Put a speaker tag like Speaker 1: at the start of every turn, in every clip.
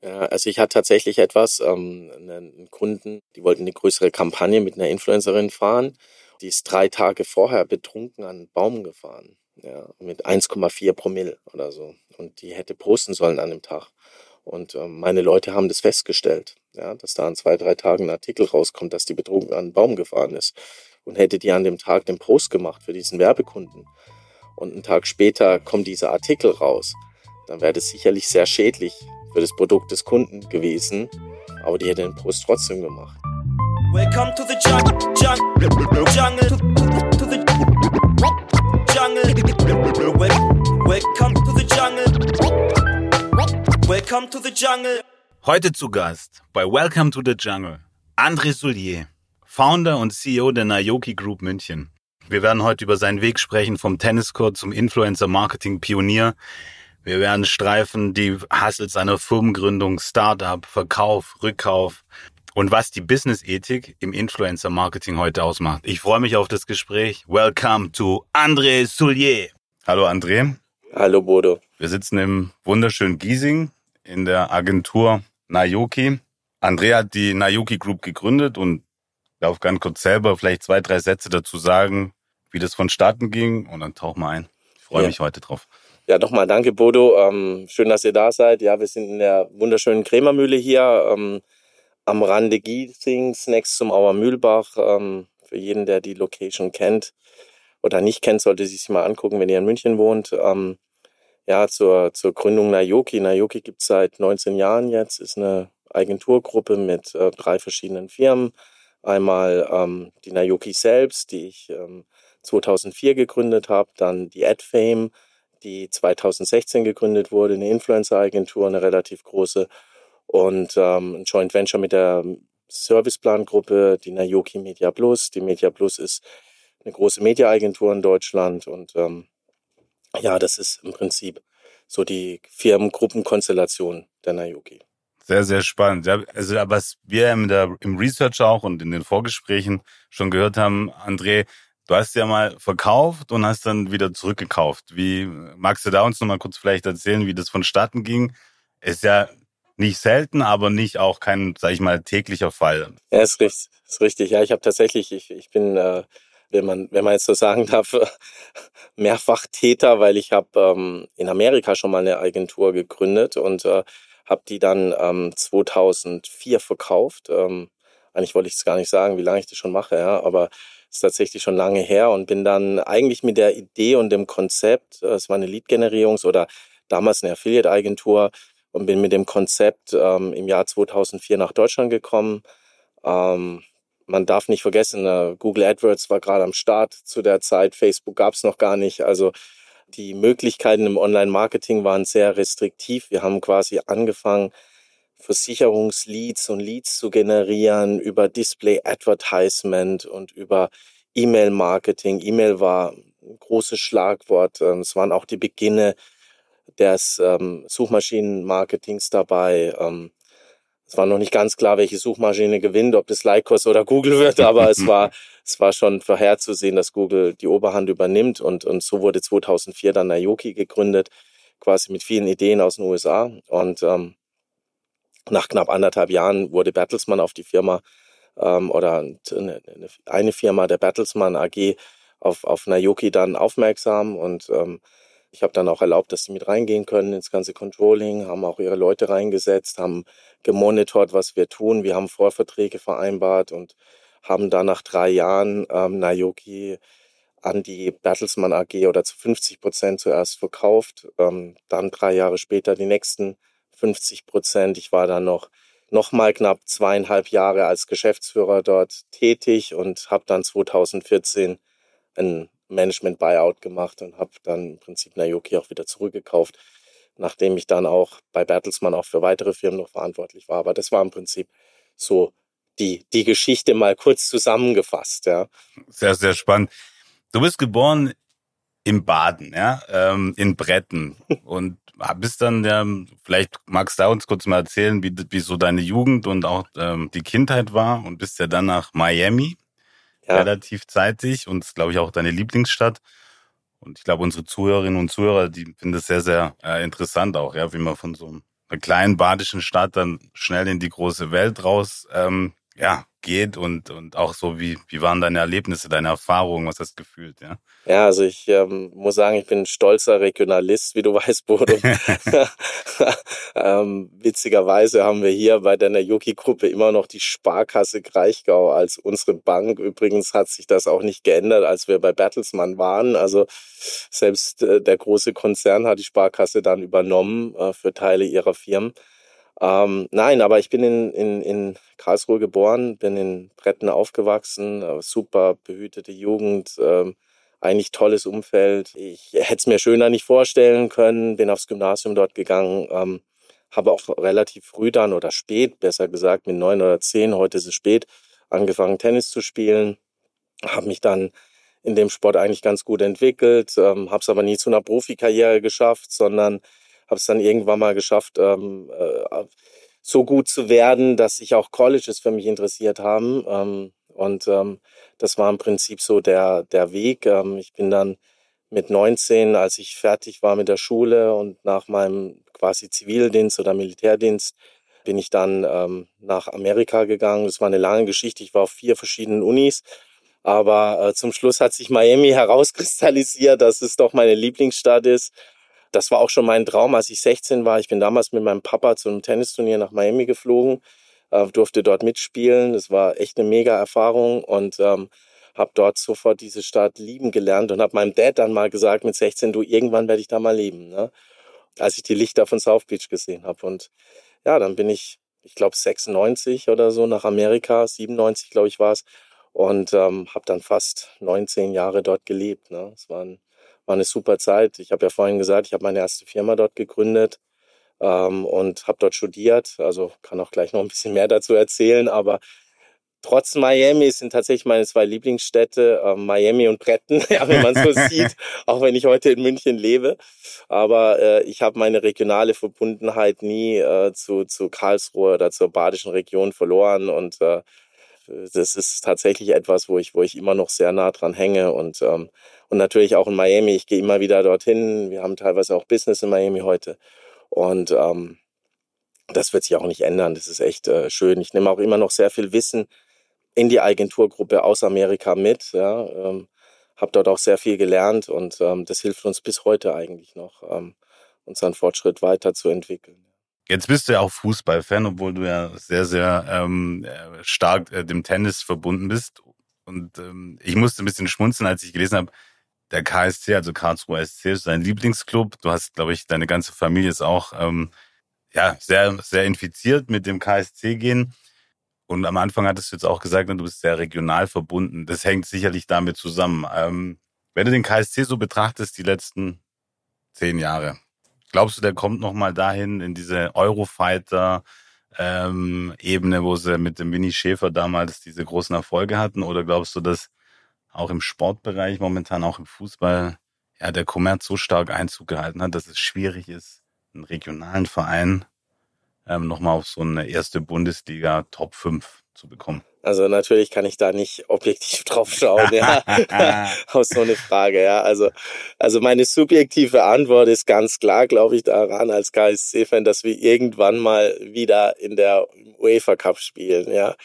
Speaker 1: Ja, also ich hatte tatsächlich etwas, einen Kunden, die wollten eine größere Kampagne mit einer Influencerin fahren. Die ist 3 Tage vorher betrunken an einen Baum gefahren, ja, mit 1,4 Promille oder so. Und die hätte posten sollen an dem Tag. Und meine Leute haben das festgestellt, ja, dass da in 2, 3 Tagen ein Artikel rauskommt, dass die betrunken an einen Baum gefahren ist. Und hätte die an dem Tag den Post gemacht für diesen Werbekunden. Und einen Tag später kommt dieser Artikel raus, dann wäre das sicherlich sehr schädlich für das Produkt des Kunden gewesen, aber die hätte den Post trotzdem gemacht.
Speaker 2: Welcome to the jungle, to the jungle. Welcome to the jungle. Welcome to the jungle.
Speaker 3: Heute zu Gast bei Welcome to the Jungle André Soulier, Founder und CEO der Naoki Group München. Wir werden heute über seinen Weg sprechen, vom Tenniscourt zum Influencer-Marketing-Pionier. Wir werden streifen die Hustles seiner Firmengründung, Startup, Verkauf, Rückkauf und was die Business-Ethik im Influencer-Marketing heute ausmacht. Ich freue mich auf das Gespräch. Welcome to André Soulier. Hallo André.
Speaker 1: Hallo Bodo.
Speaker 3: Wir sitzen im wunderschönen Giesing in der Agentur Naoki. André hat die Naoki Group gegründet und darf ganz kurz selber vielleicht 2, 3 Sätze dazu sagen, wie das vonstatten ging, und dann tauchen wir ein. Ich freue mich heute drauf.
Speaker 1: Ja, nochmal danke Bodo. Schön, dass ihr da seid. Ja, wir sind in der wunderschönen Krämermühle hier am Rande Giesings, next zum Auer Mühlbach. Für jeden, der die Location kennt oder nicht kennt, sollte sich mal angucken, wenn ihr in München wohnt. Ja, zur Gründung Naoki. Naoki gibt es seit 19 Jahren jetzt, ist eine Agenturgruppe mit 3 verschiedenen Firmen. Einmal die Naoki selbst, die ich 2004 gegründet habe, dann die AdFame, die 2016 gegründet wurde, eine Influencer-Agentur, eine relativ große, und ein Joint Venture mit der Serviceplan-Gruppe, die Naoki Media Plus. Die Media Plus ist eine große Media-Agentur in Deutschland, und ja, das ist im Prinzip so die Firmengruppenkonstellation der Naoki.
Speaker 3: Sehr, sehr spannend. Ja, also, was wir im Research auch und in den Vorgesprächen schon gehört haben, André, du hast ja mal verkauft und hast dann wieder zurückgekauft. Magst du da uns noch mal kurz vielleicht erzählen, wie das vonstatten ging? Ist ja nicht selten, aber nicht auch kein, sag ich mal, täglicher Fall.
Speaker 1: Ja, ist richtig. Ja, ich habe tatsächlich, ich bin, wenn man jetzt so sagen darf, mehrfach Täter, weil ich habe in Amerika schon mal eine Agentur gegründet und habe die dann 2004 verkauft. Eigentlich wollte ich es gar nicht sagen, wie lange ich das schon mache, ja, aber es ist tatsächlich schon lange her, und bin dann eigentlich mit der Idee und dem Konzept, es war eine Lead-Generierungs- oder damals eine Affiliate-Agentur, und bin mit dem Konzept im Jahr 2004 nach Deutschland gekommen. Man darf nicht vergessen, Google AdWords war gerade am Start zu der Zeit, Facebook gab es noch gar nicht, also die Möglichkeiten im Online-Marketing waren sehr restriktiv. Wir haben quasi angefangen, Versicherungsleads und Leads zu generieren über Display-Advertisement und über E-Mail-Marketing. E-Mail war ein großes Schlagwort. Es waren auch die Beginne des Suchmaschinenmarketings dabei. Es war noch nicht ganz klar, welche Suchmaschine gewinnt, ob das Lycos oder Google wird, aber es war schon vorherzusehen, dass Google die Oberhand übernimmt, und so wurde 2004 dann Naoki gegründet, quasi mit vielen Ideen aus den USA, und nach knapp 1,5 Jahren wurde Bertelsmann auf die Firma oder eine Firma der Bertelsmann AG auf Naoki dann aufmerksam, und ich habe dann auch erlaubt, dass sie mit reingehen können ins ganze Controlling, haben auch ihre Leute reingesetzt, haben gemonitort, was wir tun. Wir haben Vorverträge vereinbart und haben dann nach 3 Jahren Naoki an die Bertelsmann AG oder zu 50% zuerst verkauft. Dann 3 Jahre später die nächsten 50%. Ich war dann noch mal knapp 2,5 Jahre als Geschäftsführer dort tätig und habe dann 2014 ein Management-Buyout gemacht und habe dann im Prinzip Naoki auch wieder zurückgekauft, nachdem ich dann auch bei Bertelsmann auch für weitere Firmen noch verantwortlich war. Aber das war im Prinzip so die Geschichte mal kurz zusammengefasst. Ja.
Speaker 3: Sehr, sehr spannend. Du bist geboren im Baden, ja, in Bretten, und bist dann, vielleicht magst du uns kurz mal erzählen, wie so deine Jugend und auch die Kindheit war, und bist ja dann nach Miami. Ja. Relativ zeitig, und ist, glaube ich, auch deine Lieblingsstadt. Und ich glaube, unsere Zuhörerinnen und Zuhörer, die finden das sehr, sehr interessant auch, ja, wie man von so einer einer kleinen badischen Stadt dann schnell in die große Welt raus geht und auch so, wie waren deine Erlebnisse, deine Erfahrungen, was hast du gefühlt, ja?
Speaker 1: Ja, also ich muss sagen, ich bin ein stolzer Regionalist, wie du weißt, Bodo. Witzigerweise haben wir hier bei der Naoki-Gruppe immer noch die Sparkasse Kraichgau als unsere Bank. Übrigens hat sich das auch nicht geändert, als wir bei Bertelsmann waren. Also selbst der große Konzern hat die Sparkasse dann übernommen für Teile ihrer Firmen. Nein, aber ich bin in Karlsruhe geboren, bin in Bretten aufgewachsen, super behütete Jugend, eigentlich tolles Umfeld. Ich hätte es mir schöner nicht vorstellen können, bin aufs Gymnasium dort gegangen, habe auch relativ früh dann oder spät, besser gesagt mit 9 oder 10, heute ist es spät, angefangen Tennis zu spielen, habe mich dann in dem Sport eigentlich ganz gut entwickelt, habe es aber nie zu einer Profikarriere geschafft, sondern habe es dann irgendwann mal geschafft, so gut zu werden, dass sich auch Colleges für mich interessiert haben. Das war im Prinzip so der Weg. Ich bin dann mit 19, als ich fertig war mit der Schule und nach meinem quasi Zivildienst oder Militärdienst, bin ich dann nach Amerika gegangen. Das war eine lange Geschichte. Ich war auf 4 verschiedenen Unis. Aber zum Schluss hat sich Miami herauskristallisiert, dass es doch meine Lieblingsstadt ist. Das war auch schon mein Traum, als ich 16 war. Ich bin damals mit meinem Papa zu einem Tennisturnier nach Miami geflogen, durfte dort mitspielen. Das war echt eine mega Erfahrung und habe dort sofort diese Stadt lieben gelernt und habe meinem Dad dann mal gesagt mit 16, du, irgendwann werde ich da mal leben, ne? Als ich die Lichter von South Beach gesehen habe. Und ja, dann bin ich glaube 96 oder so nach Amerika, 97 glaube ich war es, und habe dann fast 19 Jahre dort gelebt, ne? Es war eine super Zeit. Ich habe ja vorhin gesagt, ich habe meine erste Firma dort gegründet und habe dort studiert. Also kann auch gleich noch ein bisschen mehr dazu erzählen. Aber trotz Miami sind tatsächlich meine 2 Lieblingsstädte Miami und Bretten, ja, wenn man so sieht, auch wenn ich heute in München lebe. Aber ich habe meine regionale Verbundenheit nie zu Karlsruhe oder zur badischen Region verloren. Und das ist tatsächlich etwas, wo ich immer noch sehr nah dran hänge und natürlich auch in Miami. Ich gehe immer wieder dorthin. Wir haben teilweise auch Business in Miami heute und das wird sich auch nicht ändern. Das ist echt schön. Ich nehme auch immer noch sehr viel Wissen in die Agenturgruppe aus Amerika mit. Ja, habe dort auch sehr viel gelernt und das hilft uns bis heute eigentlich noch, unseren Fortschritt weiterzuentwickeln.
Speaker 3: Jetzt bist du ja auch Fußballfan, obwohl du ja sehr, sehr stark dem Tennis verbunden bist. Und ich musste ein bisschen schmunzeln, als ich gelesen habe, der KSC, also Karlsruher SC, ist dein Lieblingsclub. Du hast, glaube ich, deine ganze Familie ist auch sehr, sehr infiziert mit dem KSC-Gen. Und am Anfang hattest du jetzt auch gesagt, du bist sehr regional verbunden. Das hängt sicherlich damit zusammen. Wenn du den KSC so betrachtest, die letzten 10 Jahre, glaubst du, der kommt nochmal dahin in diese Eurofighter-Ebene, wo sie mit dem Winnie Schäfer damals diese großen Erfolge hatten? Oder glaubst du, dass auch im Sportbereich, momentan auch im Fußball, ja, der Kommerz so stark Einzug gehalten hat, dass es schwierig ist, einen regionalen Verein nochmal auf so eine erste Bundesliga Top 5 zu bekommen?
Speaker 1: Also natürlich kann ich da nicht objektiv drauf schauen, ja, auf so eine Frage, ja. Also meine subjektive Antwort ist ganz klar, glaube ich, daran als KSC-Fan, dass wir irgendwann mal wieder in der UEFA Cup spielen, ja.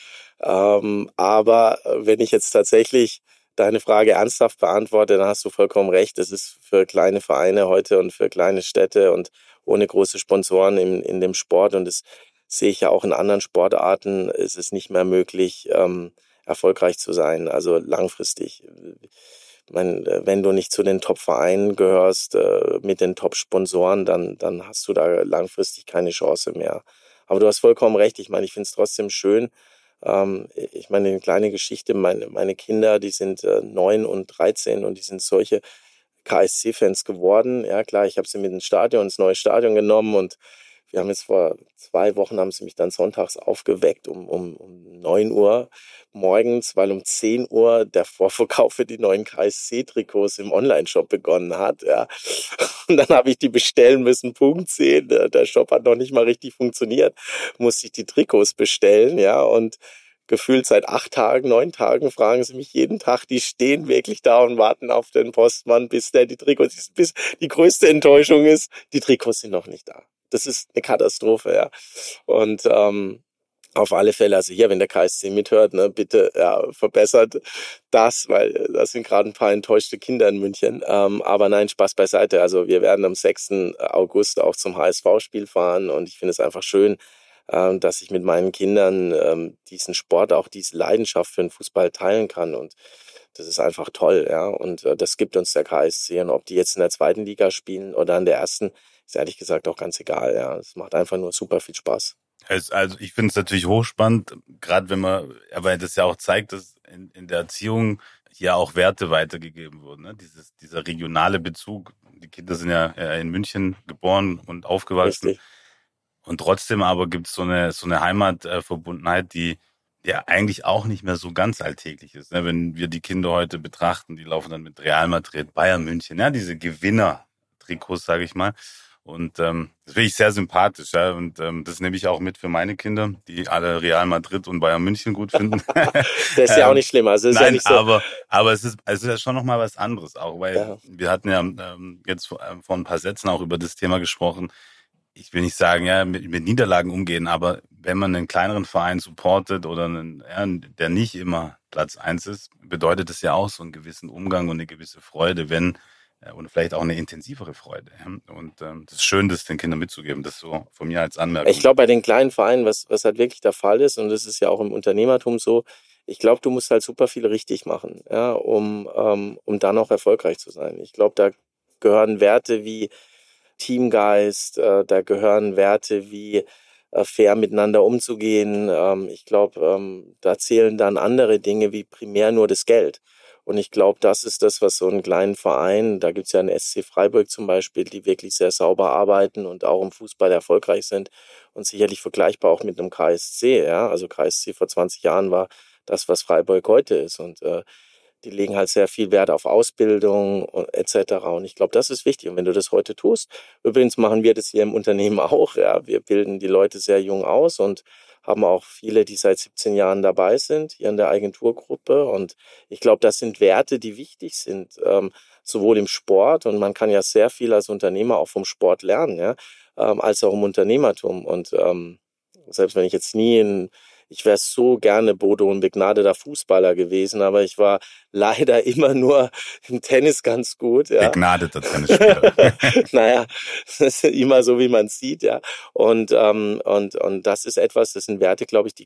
Speaker 1: Aber wenn ich jetzt tatsächlich deine Frage ernsthaft beantworte, dann hast du vollkommen recht. Es ist für kleine Vereine heute und für kleine Städte und ohne große Sponsoren in dem Sport, und das sehe ich ja auch in anderen Sportarten, ist es nicht mehr möglich, erfolgreich zu sein, also langfristig. Wenn du nicht zu den Top-Vereinen gehörst, mit den Top-Sponsoren, dann hast du da langfristig keine Chance mehr. Aber du hast vollkommen recht, ich meine, ich finde es trotzdem schön. Ich meine, eine kleine Geschichte, meine Kinder, die sind 9 und 13 und die sind solche KSC-Fans geworden. Ja klar, ich habe sie mit ins neue Stadion genommen, und wir haben jetzt vor 2 Wochen, haben sie mich dann sonntags aufgeweckt um 9 Uhr morgens, weil um 10 Uhr der Vorverkauf für die neuen KSC-Trikots im Onlineshop begonnen hat. Ja. Und dann habe ich die bestellen müssen, Punkt 10. Der Shop hat noch nicht mal richtig funktioniert, musste ich die Trikots bestellen, ja, und gefühlt seit 8 Tagen, 9 Tagen fragen sie mich jeden Tag, die stehen wirklich da und warten auf den Postmann, bis der die Trikots, bis die größte Enttäuschung ist, die Trikots sind noch nicht da. das ist eine Katastrophe, ja. Und auf alle Fälle, also hier, wenn der KSC mithört, ne, bitte verbessert das, weil das sind gerade ein paar enttäuschte Kinder in München. Aber nein, Spaß beiseite. Also wir werden am 6. August auch zum HSV-Spiel fahren und ich finde es einfach schön, dass ich mit meinen Kindern diesen Sport, auch diese Leidenschaft für den Fußball teilen kann. Und das ist einfach toll, ja. Und das gibt uns der KSC. Und ob die jetzt in der 2. Liga spielen oder in der 1., ist ehrlich gesagt auch ganz egal, ja. Es macht einfach nur super viel Spaß.
Speaker 3: Also ich finde es natürlich hochspannend, gerade wenn man, aber das ja auch zeigt, dass in der Erziehung hier auch Werte weitergegeben wurden. Ne? Dieser regionale Bezug. Die Kinder sind ja in München geboren und aufgewachsen.
Speaker 1: Richtig.
Speaker 3: Und trotzdem aber gibt es so eine Heimatverbundenheit, die ja eigentlich auch nicht mehr so ganz alltäglich ist. Ne? Wenn wir die Kinder heute betrachten, die laufen dann mit Real Madrid, Bayern München, ja, diese Gewinner-Trikots, sage ich mal. Und das finde ich sehr sympathisch, ja. Und das nehme ich auch mit für meine Kinder, die alle Real Madrid und Bayern München gut finden.
Speaker 1: Das ist ja auch nicht schlimm. Also ist
Speaker 3: nein,
Speaker 1: ja nicht so.
Speaker 3: aber es ist ja schon nochmal was anderes, auch weil wir hatten ja jetzt vor ein paar Sätzen auch über das Thema gesprochen. Ich will nicht sagen, ja, mit Niederlagen umgehen, aber wenn man einen kleineren Verein supportet oder der nicht immer Platz 1 ist, bedeutet das ja auch so einen gewissen Umgang und eine gewisse Freude, und vielleicht auch eine intensivere Freude. Und das ist schön, das den Kindern mitzugeben, das so von mir als Anmerkung.
Speaker 1: Ich glaube, bei den kleinen Vereinen, was halt wirklich der Fall ist, und das ist ja auch im Unternehmertum so, ich glaube, du musst halt super viel richtig machen, ja, um dann auch erfolgreich zu sein. Ich glaube, da gehören Werte wie Teamgeist, da gehören Werte wie fair miteinander umzugehen. Ich glaube, da zählen dann andere Dinge wie primär nur das Geld. Und ich glaube, das ist das, was so einen kleinen Verein, da gibt's ja einen SC Freiburg zum Beispiel, die wirklich sehr sauber arbeiten und auch im Fußball erfolgreich sind und sicherlich vergleichbar auch mit einem KSC. Ja? Also KSC vor 20 Jahren war das, was Freiburg heute ist. Und die legen halt sehr viel Wert auf Ausbildung etc. Und ich glaube, das ist wichtig. Und wenn du das heute tust, übrigens machen wir das hier im Unternehmen auch. Ja, wir bilden die Leute sehr jung aus und haben auch viele, die seit 17 Jahren dabei sind, hier in der Agenturgruppe. Und ich glaube, das sind Werte, die wichtig sind, sowohl im Sport, und man kann ja sehr viel als Unternehmer auch vom Sport lernen, ja, als auch im Unternehmertum. Und selbst wenn ich jetzt ich wäre so gerne Bodo, ein begnadeter Fußballer gewesen, aber ich war leider immer nur im Tennis ganz gut. Ja.
Speaker 3: Begnadeter Tennisspieler.
Speaker 1: Naja, das ist immer so, wie man es sieht, ja. Und das ist etwas, das sind Werte, glaube ich,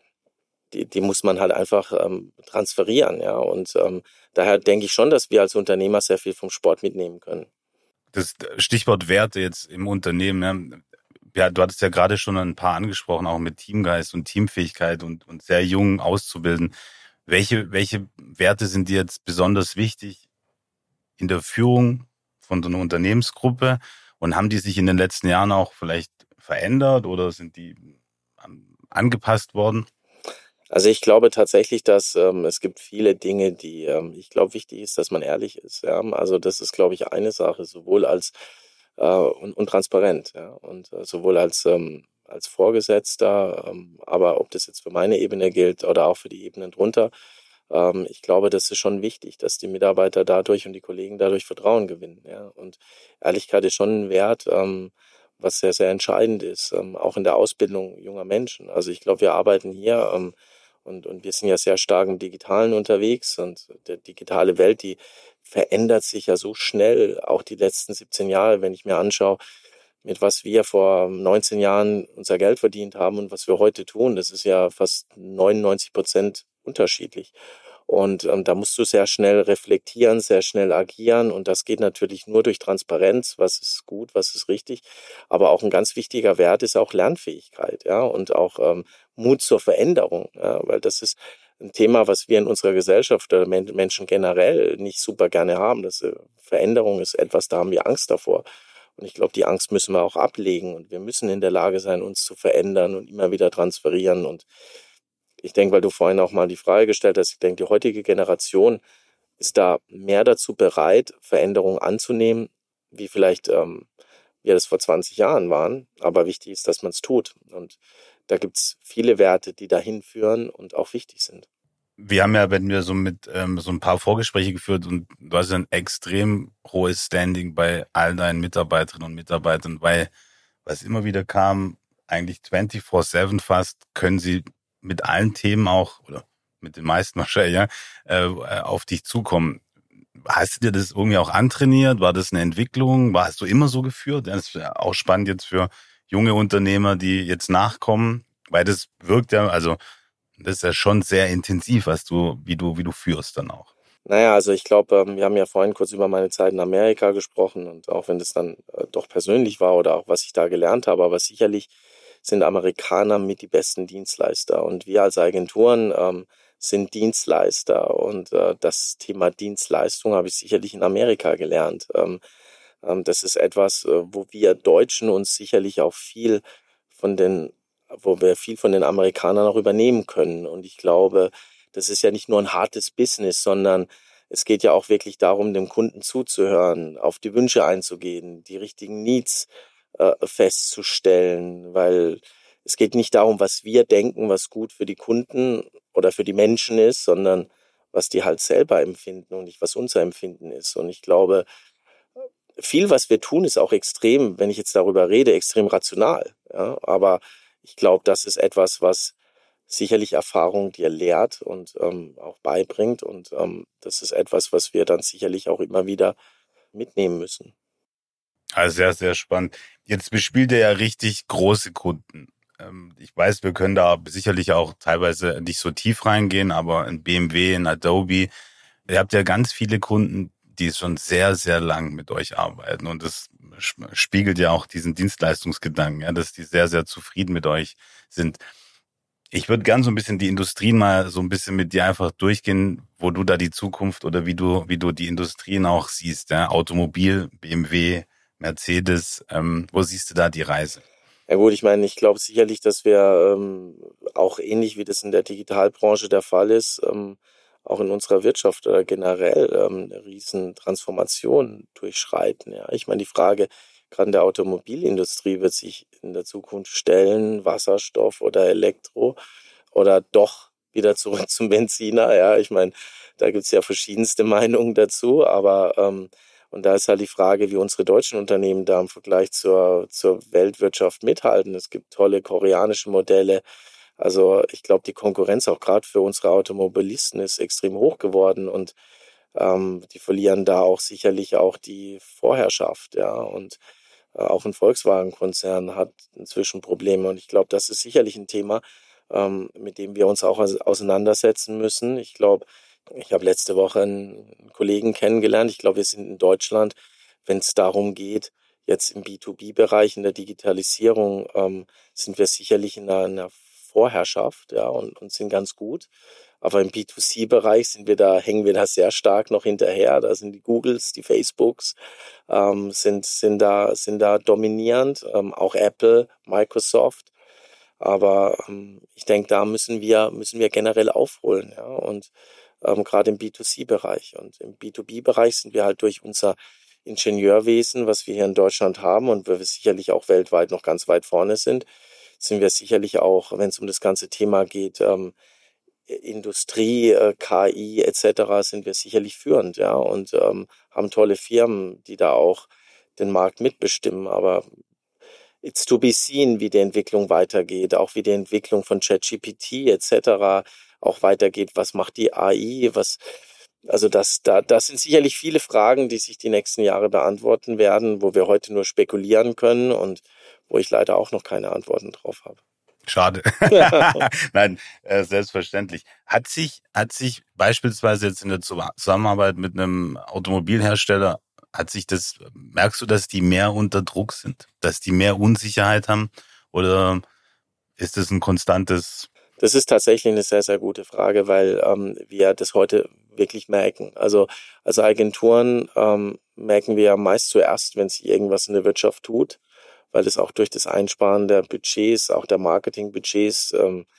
Speaker 1: die muss man halt einfach transferieren, ja. Und daher denke ich schon, dass wir als Unternehmer sehr viel vom Sport mitnehmen können.
Speaker 3: Das Stichwort Werte jetzt im Unternehmen, ja, du hattest ja gerade schon ein paar angesprochen, auch mit Teamgeist und Teamfähigkeit und sehr jung auszubilden. Welche Werte sind dir jetzt besonders wichtig in der Führung von so einer Unternehmensgruppe, und haben die sich in den letzten Jahren auch vielleicht verändert oder sind die angepasst worden?
Speaker 1: Also ich glaube tatsächlich, dass es gibt viele Dinge, die ich glaube, wichtig ist, dass man ehrlich ist. Ja? Also das ist, glaube ich, eine Sache, sowohl als und transparent, ja, und sowohl als Vorgesetzter, aber ob das jetzt für meine Ebene gilt oder auch für die Ebenen drunter, ich glaube, das ist schon wichtig, dass die Mitarbeiter dadurch und die Kollegen dadurch Vertrauen gewinnen, ja, und Ehrlichkeit ist schon ein Wert, was sehr, sehr entscheidend ist, auch in der Ausbildung junger Menschen. Also ich glaube, wir arbeiten hier und wir sind ja sehr stark im Digitalen unterwegs, und die digitale Welt, die verändert sich ja so schnell, auch die letzten 17 Jahre, wenn ich mir anschaue, mit was wir vor 19 Jahren unser Geld verdient haben und was wir heute tun, das ist ja fast 99% unterschiedlich. Und da musst du sehr schnell reflektieren, sehr schnell agieren, und das geht natürlich nur durch Transparenz, was ist gut, was ist richtig. Aber auch ein ganz wichtiger Wert ist auch Lernfähigkeit, ja, und auch Mut zur Veränderung, ja, weil das ist ein Thema, was wir in unserer Gesellschaft oder Menschen generell nicht super gerne haben. Veränderung ist etwas, da haben wir Angst davor. Und ich glaube, die Angst müssen wir auch ablegen, und wir müssen in der Lage sein, uns zu verändern und immer wieder transferieren. Und ich denke, weil du vorhin auch mal die Frage gestellt hast, ich denke, die heutige Generation ist da mehr dazu bereit, Veränderungen anzunehmen, wie vielleicht wir das vor 20 Jahren waren. Aber wichtig ist, dass man es tut. Und da gibt's viele Werte, die dahin führen und auch wichtig sind.
Speaker 3: Wir haben ja, wenn wir so mit so ein paar Vorgespräche geführt, und du hast ein extrem hohes Standing bei all deinen Mitarbeiterinnen und Mitarbeitern, weil was immer wieder kam, eigentlich 24/7 fast, können sie mit allen Themen auch, oder mit den meisten wahrscheinlich, ja, auf dich zukommen. Hast du dir das irgendwie auch antrainiert? War das eine Entwicklung? Hast du immer so geführt? Das ist ja auch spannend jetzt für junge Unternehmer, die jetzt nachkommen, weil das wirkt ja, also das ist ja schon sehr intensiv, wie du führst dann auch.
Speaker 1: Naja, also ich glaube, wir haben ja vorhin kurz über meine Zeit in Amerika gesprochen und auch wenn das dann doch persönlich war oder auch was ich da gelernt habe, aber sicherlich sind Amerikaner mit die besten Dienstleister und wir als Agenturen sind Dienstleister und das Thema Dienstleistung habe ich sicherlich in Amerika gelernt. Das ist etwas, wo wir Deutschen uns sicherlich auch wo wir viel von den Amerikanern auch übernehmen können und ich glaube, das ist ja nicht nur ein hartes Business, sondern es geht ja auch wirklich darum, dem Kunden zuzuhören, auf die Wünsche einzugehen, die richtigen Needs festzustellen, weil es geht nicht darum, was wir denken, was gut für die Kunden oder für die Menschen ist, sondern was die halt selber empfinden und nicht was unser Empfinden ist. Und ich glaube, viel, was wir tun, ist auch extrem, wenn ich jetzt darüber rede, extrem rational. Ja? Aber ich glaube, das ist etwas, was sicherlich Erfahrung dir lehrt und auch beibringt. Und das ist etwas, was wir dann sicherlich auch immer wieder mitnehmen müssen.
Speaker 3: Also sehr, sehr spannend. Jetzt bespielt ihr ja richtig große Kunden. Ich weiß, wir können da sicherlich auch teilweise nicht so tief reingehen, aber in BMW, in Adobe, ihr habt ja ganz viele Kunden, die schon sehr, sehr lang mit euch arbeiten. Und das spiegelt ja auch diesen Dienstleistungsgedanken, ja, dass die sehr, sehr zufrieden mit euch sind. Ich würde gern so ein bisschen die Industrien mal so ein bisschen mit dir einfach durchgehen, wo du da die Zukunft oder wie du die Industrien auch siehst. Ja? Automobil, BMW, Mercedes, wo siehst du da die Reise?
Speaker 1: Ja gut, ich meine, ich glaube sicherlich, dass wir auch ähnlich wie das in der Digitalbranche der Fall ist, auch in unserer Wirtschaft oder generell eine riesen Transformation durchschreiten. Ja, ich meine, die Frage gerade in der Automobilindustrie wird sich in der Zukunft stellen, Wasserstoff oder Elektro oder doch wieder zurück zum Benziner. Ja, ich meine, da gibt's ja verschiedenste Meinungen dazu, aber und da ist halt die Frage, wie unsere deutschen Unternehmen da im Vergleich zur Weltwirtschaft mithalten. Es gibt tolle koreanische Modelle. Also ich glaube, die Konkurrenz auch gerade für unsere Automobilisten ist extrem hoch geworden und die verlieren da auch sicherlich auch die Vorherrschaft. Ja, und auch ein Volkswagen-Konzern hat inzwischen Probleme und ich glaube, das ist sicherlich ein Thema, mit dem wir uns auch auseinandersetzen müssen. Ich glaube, ich habe letzte Woche einen Kollegen kennengelernt. Ich glaube, wir sind in Deutschland, wenn es darum geht, jetzt im B2B-Bereich, in der Digitalisierung, sind wir sicherlich in einer Vorherrschaft, ja, und sind ganz gut. Aber im B2C-Bereich hängen wir da sehr stark noch hinterher. Da sind die Googles, die Facebooks, sind da dominierend, auch Apple, Microsoft. Aber ich denke, da müssen wir generell aufholen, ja, und gerade im B2C-Bereich. Und im B2B-Bereich sind wir halt durch unser Ingenieurwesen, was wir hier in Deutschland haben und wo wir sicherlich auch weltweit noch ganz weit vorne sind wir sicherlich auch, wenn es um das ganze Thema geht, Industrie, KI etc., sind wir sicherlich führend, ja, und haben tolle Firmen, die da auch den Markt mitbestimmen. Aber it's to be seen, wie die Entwicklung weitergeht, auch wie die Entwicklung von ChatGPT etc. auch weitergeht. Was macht die AI? Also das sind sicherlich viele Fragen, die sich die nächsten Jahre beantworten werden, wo wir heute nur spekulieren können und wo ich leider auch noch keine Antworten drauf habe.
Speaker 3: Schade. Nein, selbstverständlich. Hat sich beispielsweise jetzt in der Zusammenarbeit mit einem Automobilhersteller, merkst du, dass die mehr unter Druck sind, dass die mehr Unsicherheit haben, oder ist es ein konstantes?
Speaker 1: Das ist tatsächlich eine sehr, sehr gute Frage, weil wir das heute wirklich merken. Also als Agenturen merken wir ja meist zuerst, wenn sich irgendwas in der Wirtschaft tut, weil es auch durch das Einsparen der Budgets, auch der Marketingbudgets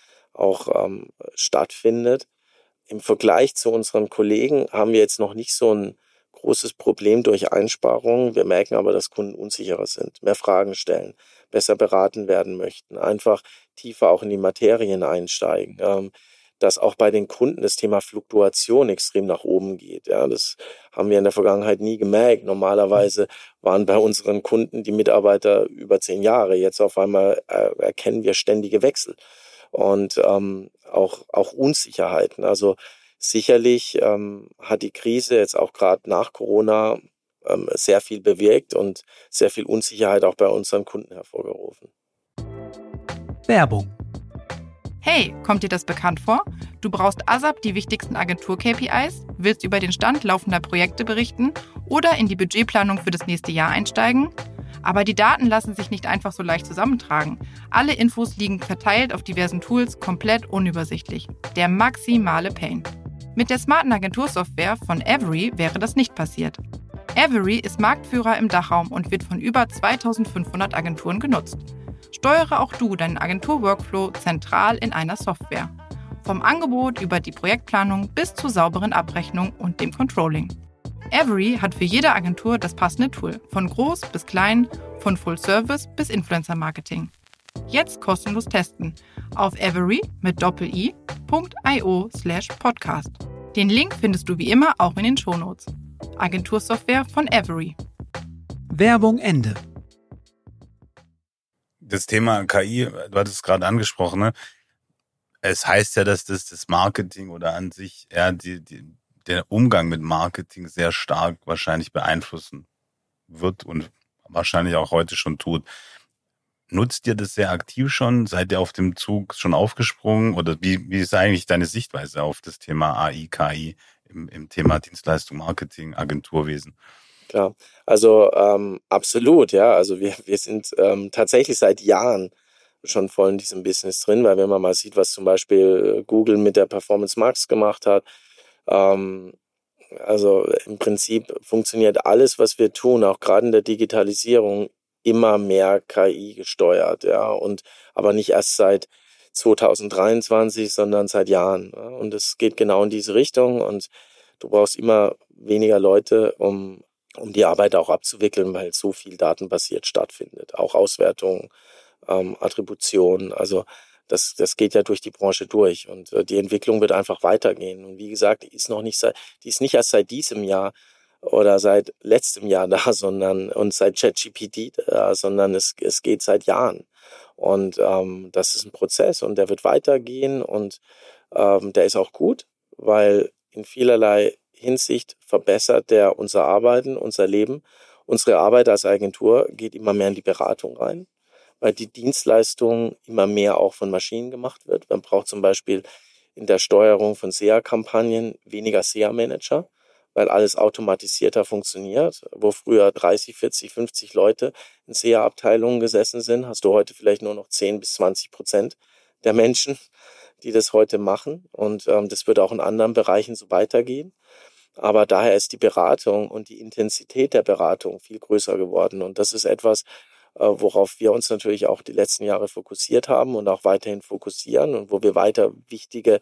Speaker 1: stattfindet. Im Vergleich zu unseren Kollegen haben wir jetzt noch nicht so ein großes Problem durch Einsparungen. Wir merken aber, dass Kunden unsicherer sind, mehr Fragen stellen, besser beraten werden möchten, einfach tiefer auch in die Materien einsteigen. dass auch bei den Kunden das Thema Fluktuation extrem nach oben geht. Ja, das haben wir in der Vergangenheit nie gemerkt. Normalerweise waren bei unseren Kunden die Mitarbeiter über 10 Jahre. Jetzt auf einmal erkennen wir ständige Wechsel und auch Unsicherheiten. Also sicherlich hat die Krise jetzt auch gerade nach Corona sehr viel bewirkt und sehr viel Unsicherheit auch bei unseren Kunden hervorgerufen.
Speaker 4: Werbung.
Speaker 5: Hey, kommt dir das bekannt vor? Du brauchst ASAP die wichtigsten Agentur-KPIs, willst über den Stand laufender Projekte berichten oder in die Budgetplanung für das nächste Jahr einsteigen? Aber die Daten lassen sich nicht einfach so leicht zusammentragen. Alle Infos liegen verteilt auf diversen Tools, komplett unübersichtlich. Der maximale Pain. Mit der smarten Agentursoftware von Every wäre das nicht passiert. Every ist Marktführer im Dachraum und wird von über 2500 Agenturen genutzt. Steuere auch du deinen Agentur-Workflow zentral in einer Software. Vom Angebot über die Projektplanung bis zur sauberen Abrechnung und dem Controlling. Every hat für jede Agentur das passende Tool, von groß bis klein, von Full Service bis Influencer Marketing. Jetzt kostenlos testen auf every.io/podcast. Den Link findest du wie immer auch in den Shownotes. Agentursoftware von Every.
Speaker 4: Werbung Ende.
Speaker 3: Das Thema KI, du hattest es gerade angesprochen, ne? Es heißt ja, dass das Marketing oder an sich der Umgang mit Marketing sehr stark wahrscheinlich beeinflussen wird und wahrscheinlich auch heute schon tut. Nutzt ihr das sehr aktiv schon? Seid ihr auf dem Zug schon aufgesprungen? Oder wie ist eigentlich deine Sichtweise auf das Thema AI, KI im Thema Dienstleistung, Marketing, Agenturwesen?
Speaker 1: Klar, also absolut, ja. Also wir sind tatsächlich seit Jahren schon voll in diesem Business drin, weil wenn man mal sieht, was zum Beispiel Google mit der Performance Max gemacht hat, also im Prinzip funktioniert alles, was wir tun, auch gerade in der Digitalisierung, immer mehr KI gesteuert, ja, und aber nicht erst seit 2023, sondern seit Jahren. Ja? Und es geht genau in diese Richtung und du brauchst immer weniger Leute, um die Arbeit auch abzuwickeln, weil so viel datenbasiert stattfindet. Auch Auswertung, Attribution, also das geht ja durch die Branche durch und die Entwicklung wird einfach weitergehen. Und wie gesagt, die ist nicht erst seit diesem Jahr oder seit letztem Jahr da, und seit ChatGPT da, sondern es geht seit Jahren. Und das ist ein Prozess und der wird weitergehen und der ist auch gut, weil in vielerlei Hinsicht verbessert der unser Arbeiten, unser Leben. Unsere Arbeit als Agentur geht immer mehr in die Beratung rein, weil die Dienstleistung immer mehr auch von Maschinen gemacht wird. Man braucht zum Beispiel in der Steuerung von SEA-Kampagnen weniger SEA-Manager, weil alles automatisierter funktioniert. Wo früher 30, 40, 50 Leute in SEA-Abteilungen gesessen sind, hast du heute vielleicht nur noch 10-20% der Menschen, die das heute machen. Und das wird auch in anderen Bereichen so weitergehen. Aber daher ist die Beratung und die Intensität der Beratung viel größer geworden. Und das ist etwas, worauf wir uns natürlich auch die letzten Jahre fokussiert haben und auch weiterhin fokussieren und wo wir weitere wichtige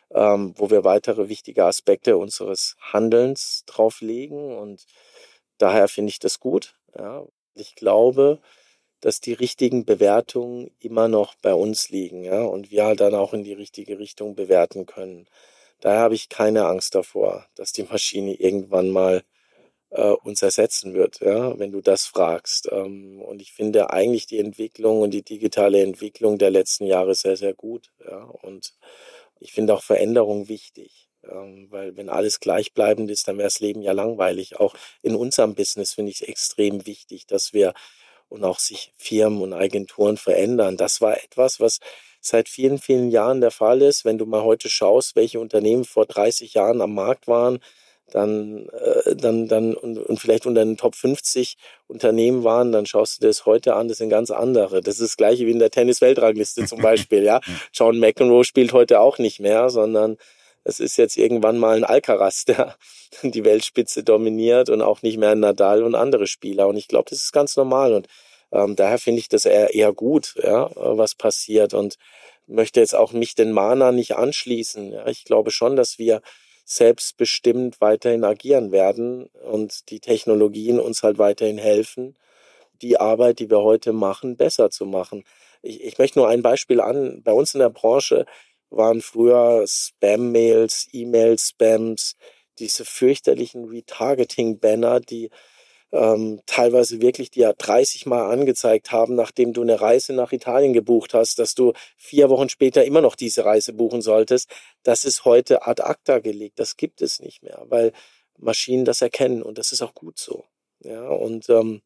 Speaker 1: Aspekte unseres Handelns drauflegen. Und daher finde ich das gut. Ja. Ich glaube, dass die richtigen Bewertungen immer noch bei uns liegen, ja, und wir dann auch in die richtige Richtung bewerten können. Daher habe ich keine Angst davor, dass die Maschine irgendwann mal uns ersetzen wird, ja, wenn du das fragst. Und ich finde eigentlich die Entwicklung und die digitale Entwicklung der letzten Jahre sehr, sehr gut. Ja, und ich finde auch Veränderung wichtig, weil wenn alles gleichbleibend ist, dann wäre das Leben ja langweilig. Auch in unserem Business finde ich es extrem wichtig, dass wir und auch sich Firmen und Agenturen verändern. Das war etwas, was seit vielen, vielen Jahren der Fall ist. Wenn du mal heute schaust, welche Unternehmen vor 30 Jahren am Markt waren, dann und vielleicht unter den Top 50 Unternehmen waren, dann schaust du dir das heute an, das sind ganz andere. Das ist das Gleiche wie in der Tennis-Weltrangliste zum Beispiel, ja. John McEnroe spielt heute auch nicht mehr, sondern es ist jetzt irgendwann mal ein Alcaraz, der die Weltspitze dominiert und auch nicht mehr ein Nadal und andere Spieler. Und ich glaube, das ist ganz normal und daher finde ich das eher gut, ja, was passiert und möchte jetzt auch mich den Mahnern nicht anschließen. Ja. Ich glaube schon, dass wir selbstbestimmt weiterhin agieren werden und die Technologien uns halt weiterhin helfen, die Arbeit, die wir heute machen, besser zu machen. Ich möchte nur ein Beispiel bei uns in der Branche waren früher Spam-Mails, E-Mail-Spams, diese fürchterlichen Retargeting-Banner, die teilweise wirklich dir 30 Mal angezeigt haben, nachdem du eine Reise nach Italien gebucht hast, dass du 4 Wochen später immer noch diese Reise buchen solltest. Das ist heute ad acta gelegt. Das gibt es nicht mehr, weil Maschinen das erkennen und das ist auch gut so. Ja, und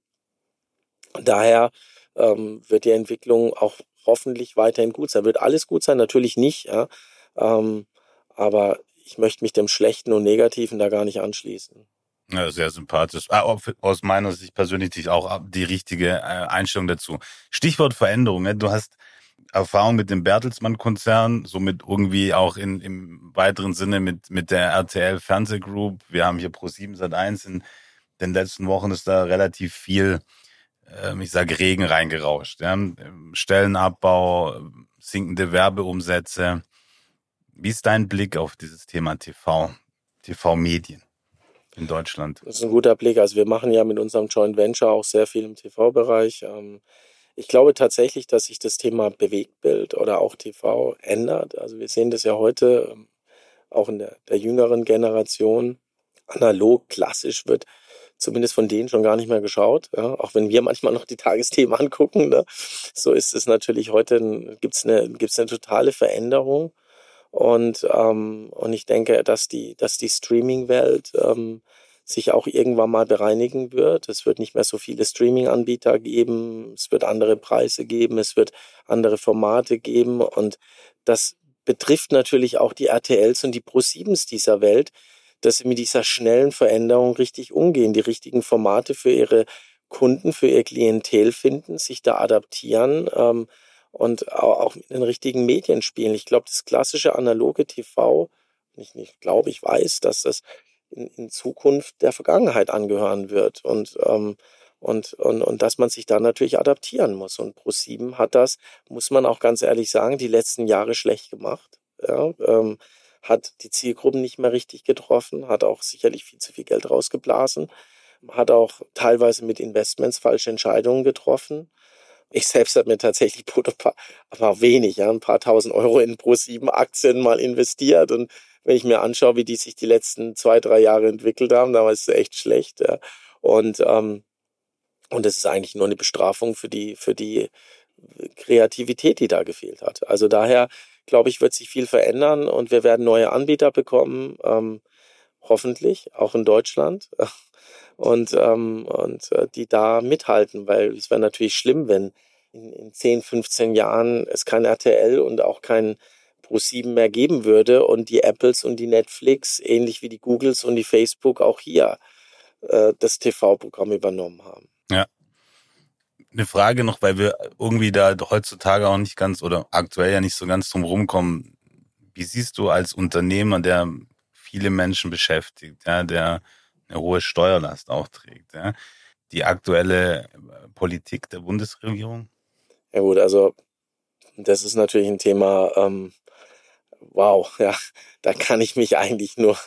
Speaker 1: daher wird die Entwicklung auch hoffentlich weiterhin gut sein. Wird alles gut sein? Natürlich nicht, ja. Aber ich möchte mich dem Schlechten und Negativen da gar nicht anschließen.
Speaker 3: Ja, sehr sympathisch. Aus meiner Sicht persönlich auch die richtige Einstellung dazu. Stichwort Veränderung. Ne? Du hast Erfahrung mit dem Bertelsmann-Konzern, somit irgendwie auch im weiteren Sinne mit der RTL Fernsehgroup. Wir haben hier Pro7 Sat.1. In den letzten Wochen ist da relativ viel, ich sage Regen reingerauscht. Ja? Stellenabbau, sinkende Werbeumsätze. Wie ist dein Blick auf dieses Thema TV-Medien? In Deutschland.
Speaker 1: Das ist ein guter Blick. Also wir machen ja mit unserem Joint Venture auch sehr viel im TV-Bereich. Ich glaube tatsächlich, dass sich das Thema Bewegtbild oder auch TV ändert. Also wir sehen das ja heute auch in der jüngeren Generation. Analog, klassisch wird zumindest von denen schon gar nicht mehr geschaut. Ja? Auch wenn wir manchmal noch die Tagesthemen angucken. Ne? So ist es natürlich heute, gibt's eine totale Veränderung. Und ich denke, dass die Streaming-Welt sich auch irgendwann mal bereinigen wird. Es wird nicht mehr so viele Streaming-Anbieter geben. Es wird andere Preise geben. Es wird andere Formate geben. Und das betrifft natürlich auch die RTLs und die Pro7s dieser Welt, dass sie mit dieser schnellen Veränderung richtig umgehen, die richtigen Formate für ihre Kunden, für ihr Klientel finden, sich da adaptieren, und auch mit den richtigen Medien spielen. Ich glaube, das klassische analoge TV, ich weiß, dass das in Zukunft der Vergangenheit angehören wird und dass man sich da natürlich adaptieren muss. Und Pro7 hat das, muss man auch ganz ehrlich sagen, die letzten Jahre schlecht gemacht. Ja, hat die Zielgruppen nicht mehr richtig getroffen, hat auch sicherlich viel zu viel Geld rausgeblasen, hat auch teilweise mit Investments falsche Entscheidungen getroffen. Ich selbst habe mir tatsächlich aber wenig, ja, ein paar tausend Euro in Pro7 Aktien mal investiert. Und wenn ich mir anschaue, wie die sich die letzten 2-3 Jahre entwickelt haben, da war es echt schlecht. Ja. Und das ist eigentlich nur eine Bestrafung für die Kreativität, die da gefehlt hat. Also daher, glaube ich, wird sich viel verändern und wir werden neue Anbieter bekommen, hoffentlich, auch in Deutschland. Und die da mithalten, weil es wäre natürlich schlimm, wenn in 10, 15 Jahren es kein RTL und auch kein Pro7 mehr geben würde und die Apples und die Netflix, ähnlich wie die Googles und die Facebook auch hier das TV-Programm übernommen haben.
Speaker 3: Ja. Eine Frage noch, weil wir irgendwie da heutzutage auch nicht ganz oder aktuell ja nicht so ganz drum rumkommen. Wie siehst du als Unternehmer, der viele Menschen beschäftigt, ja, der eine hohe Steuerlast auch trägt, ja, die aktuelle Politik der Bundesregierung?
Speaker 1: Ja gut, also das ist natürlich ein Thema, wow, ja, da kann ich mich eigentlich nur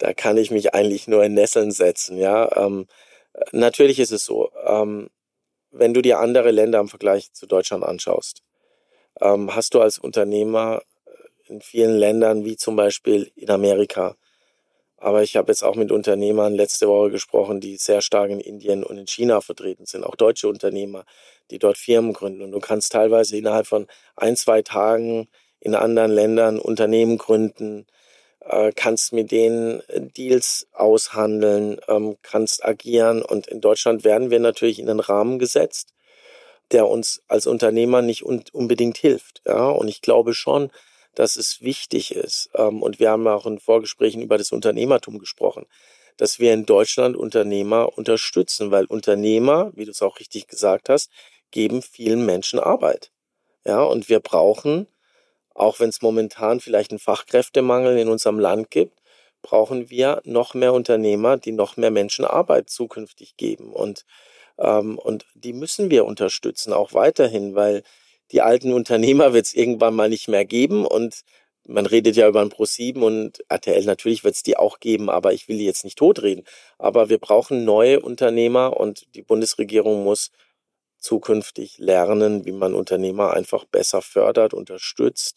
Speaker 1: in Nesseln setzen, ja. Natürlich ist es so, wenn du dir andere Länder im Vergleich zu Deutschland anschaust, hast du als Unternehmer in vielen Ländern, wie zum Beispiel in Amerika, aber ich habe jetzt auch mit Unternehmern letzte Woche gesprochen, die sehr stark in Indien und in China vertreten sind, auch deutsche Unternehmer, die dort Firmen gründen. Und du kannst teilweise innerhalb von 1-2 Tagen in anderen Ländern Unternehmen gründen, kannst mit denen Deals aushandeln, kannst agieren. Und in Deutschland werden wir natürlich in einen Rahmen gesetzt, der uns als Unternehmer nicht unbedingt hilft. Ja? Und ich glaube schon, dass es wichtig ist, und wir haben auch in Vorgesprächen über das Unternehmertum gesprochen, dass wir in Deutschland Unternehmer unterstützen, weil Unternehmer, wie du es auch richtig gesagt hast, geben vielen Menschen Arbeit. Ja, und wir brauchen, auch wenn es momentan vielleicht einen Fachkräftemangel in unserem Land gibt, brauchen wir noch mehr Unternehmer, die noch mehr Menschen Arbeit zukünftig geben. Und die müssen wir unterstützen, auch weiterhin, weil die alten Unternehmer wird es irgendwann mal nicht mehr geben und man redet ja über ein Pro7 und RTL, natürlich wird es die auch geben, aber ich will die jetzt nicht totreden. Aber wir brauchen neue Unternehmer und die Bundesregierung muss zukünftig lernen, wie man Unternehmer einfach besser fördert, unterstützt,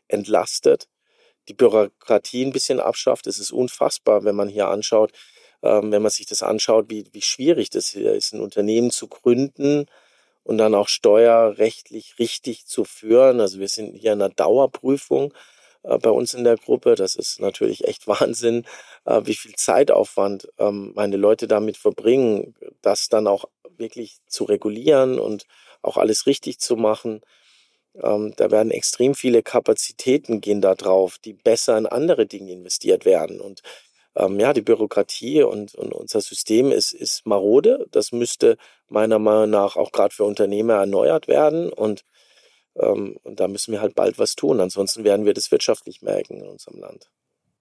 Speaker 1: entlastet, die Bürokratie ein bisschen abschafft. Es ist unfassbar, wenn man hier anschaut, wenn man sich das anschaut, wie schwierig das hier ist, ein Unternehmen zu gründen und dann auch steuerrechtlich richtig zu führen. Also wir sind hier in einer Dauerprüfung bei uns in der Gruppe. Das ist natürlich echt Wahnsinn, wie viel Zeitaufwand meine Leute damit verbringen, das dann auch wirklich zu regulieren und auch alles richtig zu machen. Da werden extrem viele Kapazitäten gehen da drauf, die besser in andere Dinge investiert werden. Und die Bürokratie und unser System ist marode. Das müsste meiner Meinung nach auch gerade für Unternehmer erneuert werden. Und da müssen wir halt bald was tun. Ansonsten werden wir das wirtschaftlich merken in unserem Land.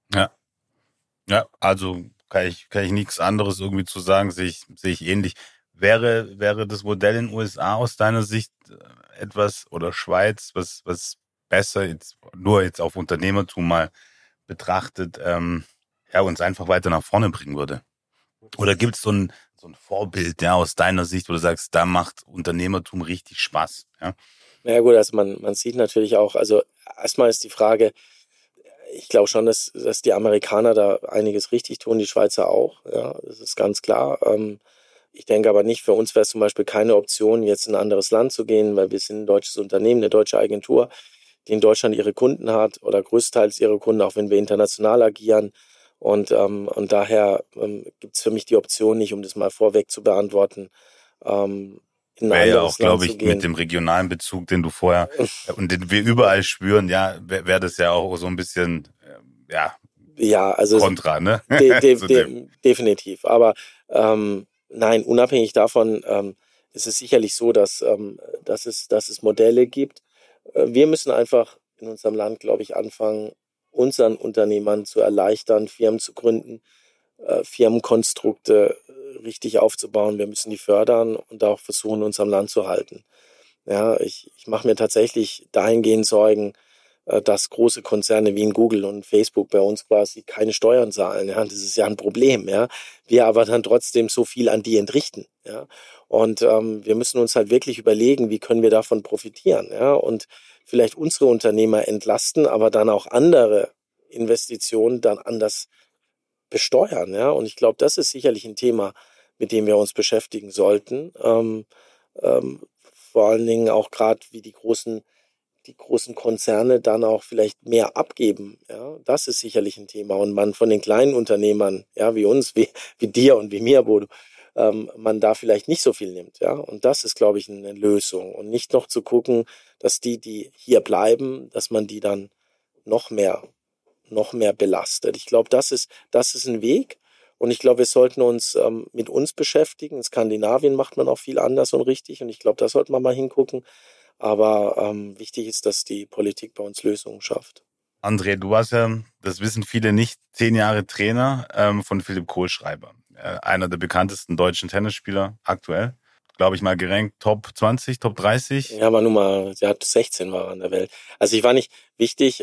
Speaker 3: Ja, also kann ich nichts anderes irgendwie zu sagen, sehe ich ähnlich. Wäre das Modell in den USA aus deiner Sicht etwas oder Schweiz, was besser nur auf Unternehmertum mal betrachtet, uns einfach weiter nach vorne bringen würde? Oder gibt es so ein Vorbild, aus deiner Sicht, wo du sagst, da macht Unternehmertum richtig Spaß? Ja?
Speaker 1: Naja gut, also man sieht natürlich auch, also erstmal ist die Frage, ich glaube schon, dass die Amerikaner da einiges richtig tun, die Schweizer auch, ja, das ist ganz klar. Ich denke aber nicht, für uns wäre es zum Beispiel keine Option, jetzt in ein anderes Land zu gehen, weil wir sind ein deutsches Unternehmen, eine deutsche Agentur, die in Deutschland ihre Kunden hat oder größtenteils ihre Kunden, auch wenn wir international agieren. Und daher gibt es für mich die Option nicht, um das mal vorweg zu beantworten, in ein
Speaker 3: wäre ja auch, glaube
Speaker 1: Land
Speaker 3: ich,
Speaker 1: zu gehen.
Speaker 3: mit dem regionalen Bezug, den du vorher und den wir überall spüren, wäre das ja auch so ein bisschen
Speaker 1: also
Speaker 3: kontra, ne?
Speaker 1: Definitiv. Aber nein, unabhängig davon ist es sicherlich so, dass es Modelle gibt. Wir müssen einfach in unserem Land, glaube ich, anfangen, unseren Unternehmern zu erleichtern, Firmen zu gründen, Firmenkonstrukte richtig aufzubauen. Wir müssen die fördern und auch versuchen, in unserem Land zu halten. Ja, ich mache mir tatsächlich dahingehend Sorgen, dass große Konzerne wie in Google und Facebook bei uns quasi keine Steuern zahlen. Ja, das ist ja ein Problem. Ja, wir aber dann trotzdem so viel an die entrichten. Ja, und wir müssen uns halt wirklich überlegen, wie können wir davon profitieren. Ja, und vielleicht unsere Unternehmer entlasten, aber dann auch andere Investitionen dann anders besteuern. Ja, und ich glaube, das ist sicherlich ein Thema, mit dem wir uns beschäftigen sollten. Vor allen Dingen auch gerade, wie die großen Konzerne dann auch vielleicht mehr abgeben. Ja, das ist sicherlich ein Thema. Und man von den kleinen Unternehmern, ja, wie uns, wie dir und wie mir, Bodo, man da vielleicht nicht so viel nimmt. Ja, und das ist, glaube ich, eine Lösung. Und nicht noch zu gucken, dass die hier bleiben, dass man die dann noch mehr belastet. Ich glaube, das ist ein Weg. Und ich glaube, wir sollten uns mit uns beschäftigen. In Skandinavien macht man auch viel anders und richtig. Und ich glaube, da sollte man mal hingucken. Aber wichtig ist, dass die Politik bei uns Lösungen schafft.
Speaker 3: André, du warst ja, das wissen viele nicht, 10 Jahre Trainer von Philipp Kohlschreiber. Einer der bekanntesten deutschen Tennisspieler aktuell. Glaube ich mal gerankt Top 20, Top 30.
Speaker 1: Ja, aber der hat 16 war an der Welt. Also ich war nicht wichtig,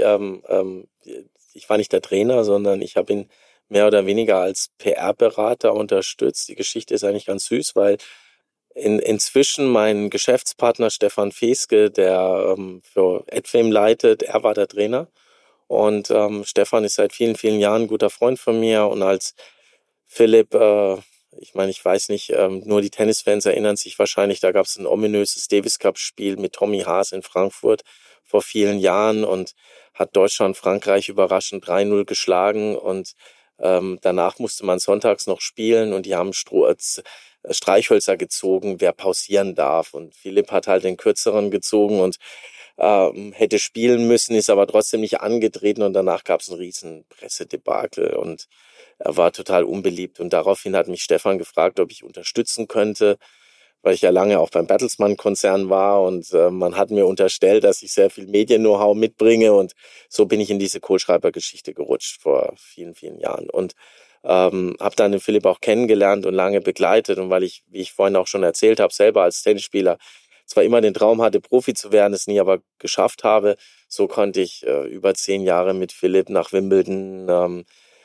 Speaker 1: ich war nicht der Trainer, sondern ich habe ihn mehr oder weniger als PR-Berater unterstützt. Die Geschichte ist eigentlich ganz süß, weil inzwischen mein Geschäftspartner Stefan Feske, der für Adfame leitet, er war der Trainer. Und Stefan ist seit vielen, vielen Jahren ein guter Freund von mir. Und als Philipp, ich weiß nicht, nur die Tennisfans erinnern sich wahrscheinlich, da gab es ein ominöses Davis-Cup-Spiel mit Tommy Haas in Frankfurt vor vielen Jahren und hat Deutschland Frankreich überraschend 3-0 geschlagen. Und danach musste man sonntags noch spielen und die haben Streichhölzer gezogen, wer pausieren darf. Und Philipp hat halt den kürzeren gezogen und hätte spielen müssen, ist aber trotzdem nicht angetreten und danach gab es einen riesen Pressedebakel und er war total unbeliebt. Und daraufhin hat mich Stefan gefragt, ob ich unterstützen könnte, weil ich ja lange auch beim Bertelsmann-Konzern war und man hat mir unterstellt, dass ich sehr viel Medien-Know-how mitbringe und so bin ich in diese Kohlschreiber-Geschichte gerutscht vor vielen, vielen Jahren und habe dann den Philipp auch kennengelernt und lange begleitet und weil ich, wie ich vorhin auch schon erzählt habe, selber als Tennisspieler zwar immer den Traum hatte, Profi zu werden, es nie aber geschafft habe, so konnte ich über 10 Jahre mit Philipp nach Wimbledon.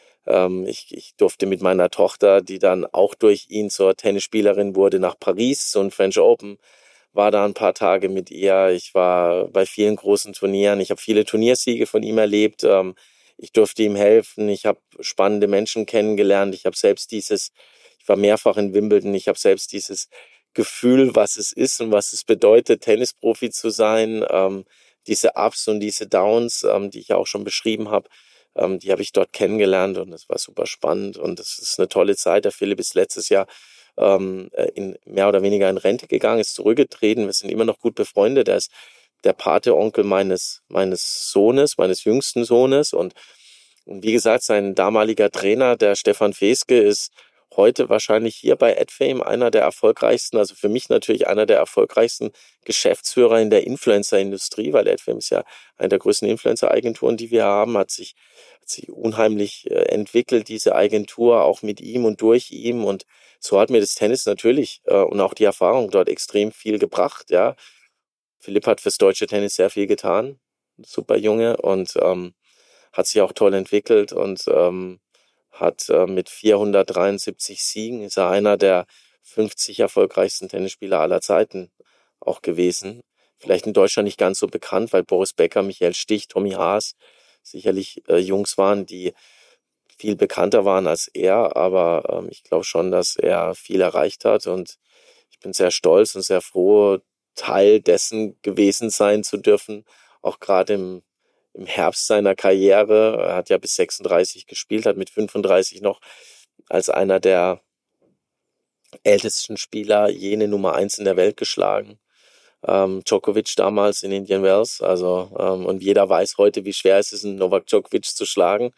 Speaker 1: Ich durfte mit meiner Tochter, die dann auch durch ihn zur Tennisspielerin wurde, nach Paris, so ein French Open war da ein paar Tage mit ihr. Ich war bei vielen großen Turnieren. Ich habe viele Turniersiege von ihm erlebt. Ich durfte ihm helfen. Ich habe spannende Menschen kennengelernt. Ich war mehrfach in Wimbledon. Ich habe selbst dieses Gefühl, was es ist und was es bedeutet, Tennisprofi zu sein. Diese Ups und diese Downs, die ich auch schon beschrieben habe, die habe ich dort kennengelernt und es war super spannend und es ist eine tolle Zeit. Der Philipp ist letztes Jahr mehr oder weniger in Rente gegangen, ist zurückgetreten. Wir sind immer noch gut befreundet. Er ist der Patenonkel meines Sohnes, meines jüngsten Sohnes und wie gesagt, sein damaliger Trainer, der Stefan Feske, ist heute wahrscheinlich hier bei AdFame einer der erfolgreichsten, also für mich natürlich einer der erfolgreichsten Geschäftsführer in der Influencer-Industrie, weil AdFame ist ja eine der größten Influencer-Agenturen, die wir haben, hat sich unheimlich entwickelt, diese Agentur, auch mit ihm und durch ihn. Und so hat mir das Tennis natürlich und auch die Erfahrung dort extrem viel gebracht. Ja, Philipp hat fürs deutsche Tennis sehr viel getan, super Junge, und hat sich auch toll entwickelt und hat mit 473 Siegen, ist er einer der 50 erfolgreichsten Tennisspieler aller Zeiten auch gewesen. Vielleicht in Deutschland nicht ganz so bekannt, weil Boris Becker, Michael Stich, Tommy Haas sicherlich Jungs waren, die viel bekannter waren als er, aber ich glaube schon, dass er viel erreicht hat und ich bin sehr stolz und sehr froh, Teil dessen gewesen sein zu dürfen, auch gerade im Herbst seiner Karriere. Er hat ja bis 36 gespielt, hat mit 35 noch als einer der ältesten Spieler jene Nummer 1 in der Welt geschlagen. Djokovic damals in Indian Wells. Und jeder weiß heute, wie schwer es ist, einen Novak Djokovic zu schlagen.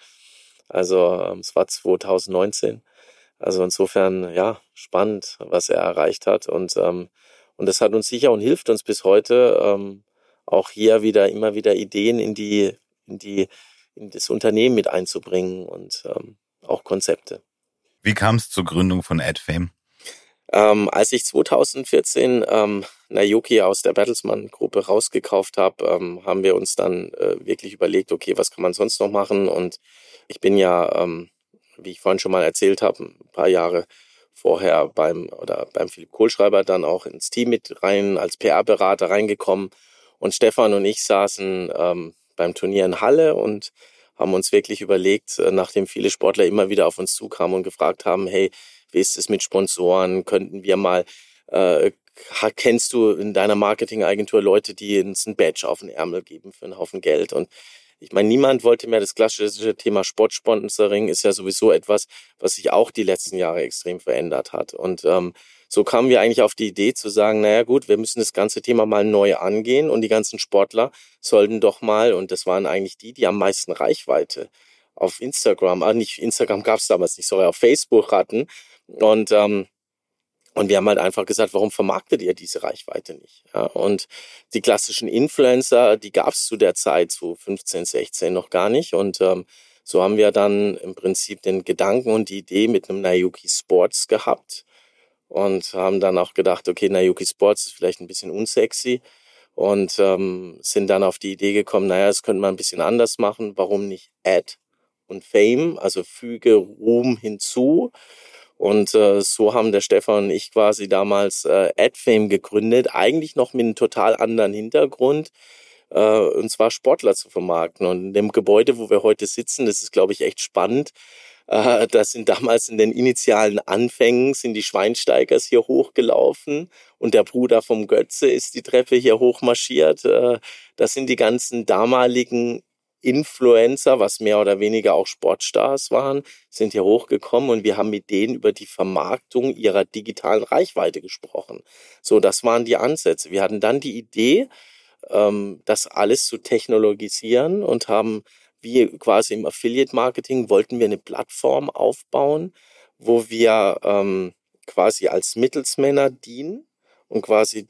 Speaker 1: Es war 2019. Also insofern, ja, spannend, was er erreicht hat. Und das hat uns sicher und hilft uns bis heute, auch hier immer wieder Ideen in das Unternehmen mit einzubringen und auch Konzepte.
Speaker 3: Wie kam es zur Gründung von AdFame?
Speaker 1: Als ich 2014 Naoki aus der Bertelsmann-Gruppe rausgekauft habe, haben wir uns dann wirklich überlegt, okay, was kann man sonst noch machen? Und ich bin ja, wie ich vorhin schon mal erzählt habe, ein paar Jahre vorher beim Philipp Kohlschreiber dann auch ins Team mit rein, als PR-Berater reingekommen. Und Stefan und ich saßen beim Turnier in Halle und haben uns wirklich überlegt, nachdem viele Sportler immer wieder auf uns zukamen und gefragt haben, hey, wie ist es mit Sponsoren? Könnten wir mal, kennst du in deiner Marketingagentur Leute, die uns ein Badge auf den Ärmel geben für einen Haufen Geld? Und ich meine, niemand wollte mehr. Das klassische Thema Sportsponsoring ist ja sowieso etwas, was sich auch die letzten Jahre extrem verändert hat. Und so kamen wir eigentlich auf die Idee zu sagen, naja gut, wir müssen das ganze Thema mal neu angehen und die ganzen Sportler sollten doch mal, und das waren eigentlich die am meisten Reichweite auf Instagram, nicht Instagram gab es damals nicht, sorry, auf Facebook hatten. Und wir haben halt einfach gesagt, warum vermarktet ihr diese Reichweite nicht? Ja, und die klassischen Influencer, die gab es zu der Zeit, so 15, 16 noch gar nicht. Und so haben wir dann im Prinzip den Gedanken und die Idee mit einem Naoki Sports gehabt und haben dann auch gedacht, okay, Naoki Sports ist vielleicht ein bisschen unsexy und sind dann auf die Idee gekommen, naja, das könnte man ein bisschen anders machen. Warum nicht Ad und Fame, also füge Ruhm hinzu? Und so haben der Stefan und ich quasi damals AdFame gegründet, eigentlich noch mit einem total anderen Hintergrund, und zwar Sportler zu vermarkten. Und in dem Gebäude, wo wir heute sitzen, das ist, glaube ich, echt spannend. Das sind damals in den initialen Anfängen, sind die Schweinsteigers hier hochgelaufen und der Bruder vom Götze ist die Treppe hier hochmarschiert. Das sind die ganzen damaligen Influencer, was mehr oder weniger auch Sportstars waren, sind hier hochgekommen und wir haben mit denen über die Vermarktung ihrer digitalen Reichweite gesprochen. So, das waren die Ansätze. Wir hatten dann die Idee, das alles zu technologisieren und haben, wie quasi im Affiliate-Marketing, wollten wir eine Plattform aufbauen, wo wir quasi als Mittelsmänner dienen und quasi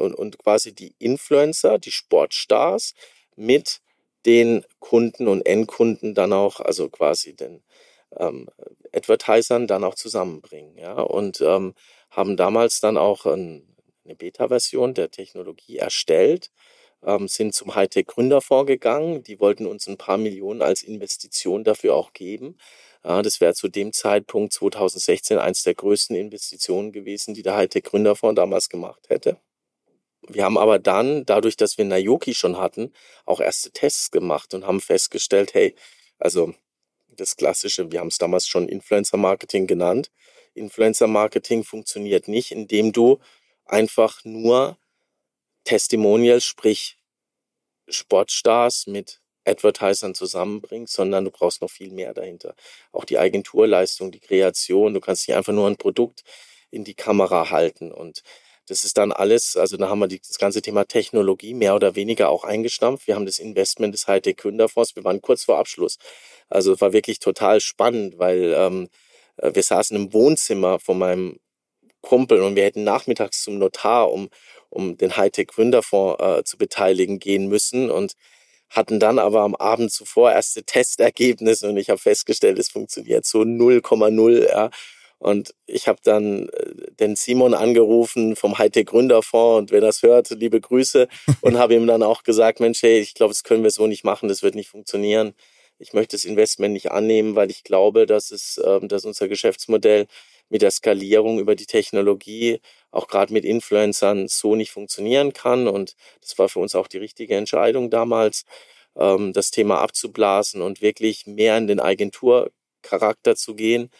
Speaker 1: die Influencer, die Sportstars mit den Kunden und Endkunden dann auch, also quasi den Advertisern dann auch zusammenbringen. Ja? Und haben damals dann auch eine Beta-Version der Technologie erstellt, sind zum Hightech-Gründerfonds gegangen. Die wollten uns ein paar Millionen als Investition dafür auch geben. Ja, das wäre zu dem Zeitpunkt 2016 eins der größten Investitionen gewesen, die der Hightech-Gründerfonds damals gemacht hätte. Wir haben aber dann, dadurch, dass wir Naoki schon hatten, auch erste Tests gemacht und haben festgestellt, hey, also das Klassische, wir haben es damals schon Influencer-Marketing genannt. Influencer-Marketing funktioniert nicht, indem du einfach nur Testimonials, sprich Sportstars mit Advertisern zusammenbringst, sondern du brauchst noch viel mehr dahinter. Auch die Agenturleistung, die Kreation, du kannst nicht einfach nur ein Produkt in die Kamera halten und das ist dann alles, also da haben wir das ganze Thema Technologie mehr oder weniger auch eingestampft. Wir haben das Investment des Hightech Gründerfonds, wir waren kurz vor Abschluss. Also es war wirklich total spannend, weil wir saßen im Wohnzimmer von meinem Kumpel und wir hätten nachmittags zum Notar, um den Hightech Gründerfonds zu beteiligen, gehen müssen und hatten dann aber am Abend zuvor erste Testergebnisse und ich habe festgestellt, es funktioniert so 0,0, ja. Und ich habe dann den Simon angerufen vom Hightech Gründerfonds und wer das hört, liebe Grüße und habe ihm dann auch gesagt, Mensch, hey, ich glaube, das können wir so nicht machen, das wird nicht funktionieren. Ich möchte das Investment nicht annehmen, weil ich glaube, dass unser Geschäftsmodell mit der Skalierung über die Technologie, auch gerade mit Influencern, so nicht funktionieren kann. Und das war für uns auch die richtige Entscheidung damals, das Thema abzublasen und wirklich mehr in den Agenturcharakter zu gehen.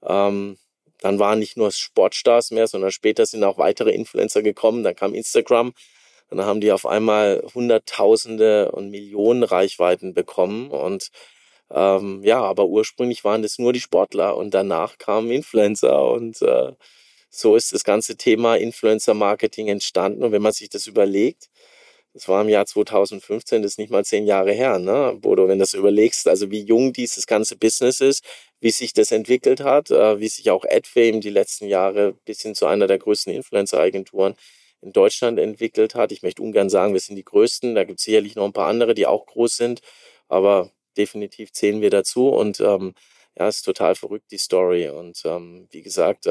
Speaker 1: Dann waren nicht nur Sportstars mehr, sondern später sind auch weitere Influencer gekommen. Dann kam Instagram und dann haben die auf einmal Hunderttausende und Millionen Reichweiten bekommen. Und aber ursprünglich waren das nur die Sportler und danach kamen Influencer und so ist das ganze Thema Influencer-Marketing entstanden. Und wenn man sich das überlegt, das war im Jahr 2015, das ist nicht mal 10 Jahre her, ne, Bodo, wenn du das überlegst, also wie jung dieses ganze Business ist, wie sich das entwickelt hat, wie sich auch AdFame die letzten Jahre bis hin zu einer der größten Influencer-Agenturen in Deutschland entwickelt hat. Ich möchte ungern sagen, wir sind die Größten, da gibt es sicherlich noch ein paar andere, die auch groß sind, aber definitiv zählen wir dazu und ist total verrückt, die Story. Und wie gesagt,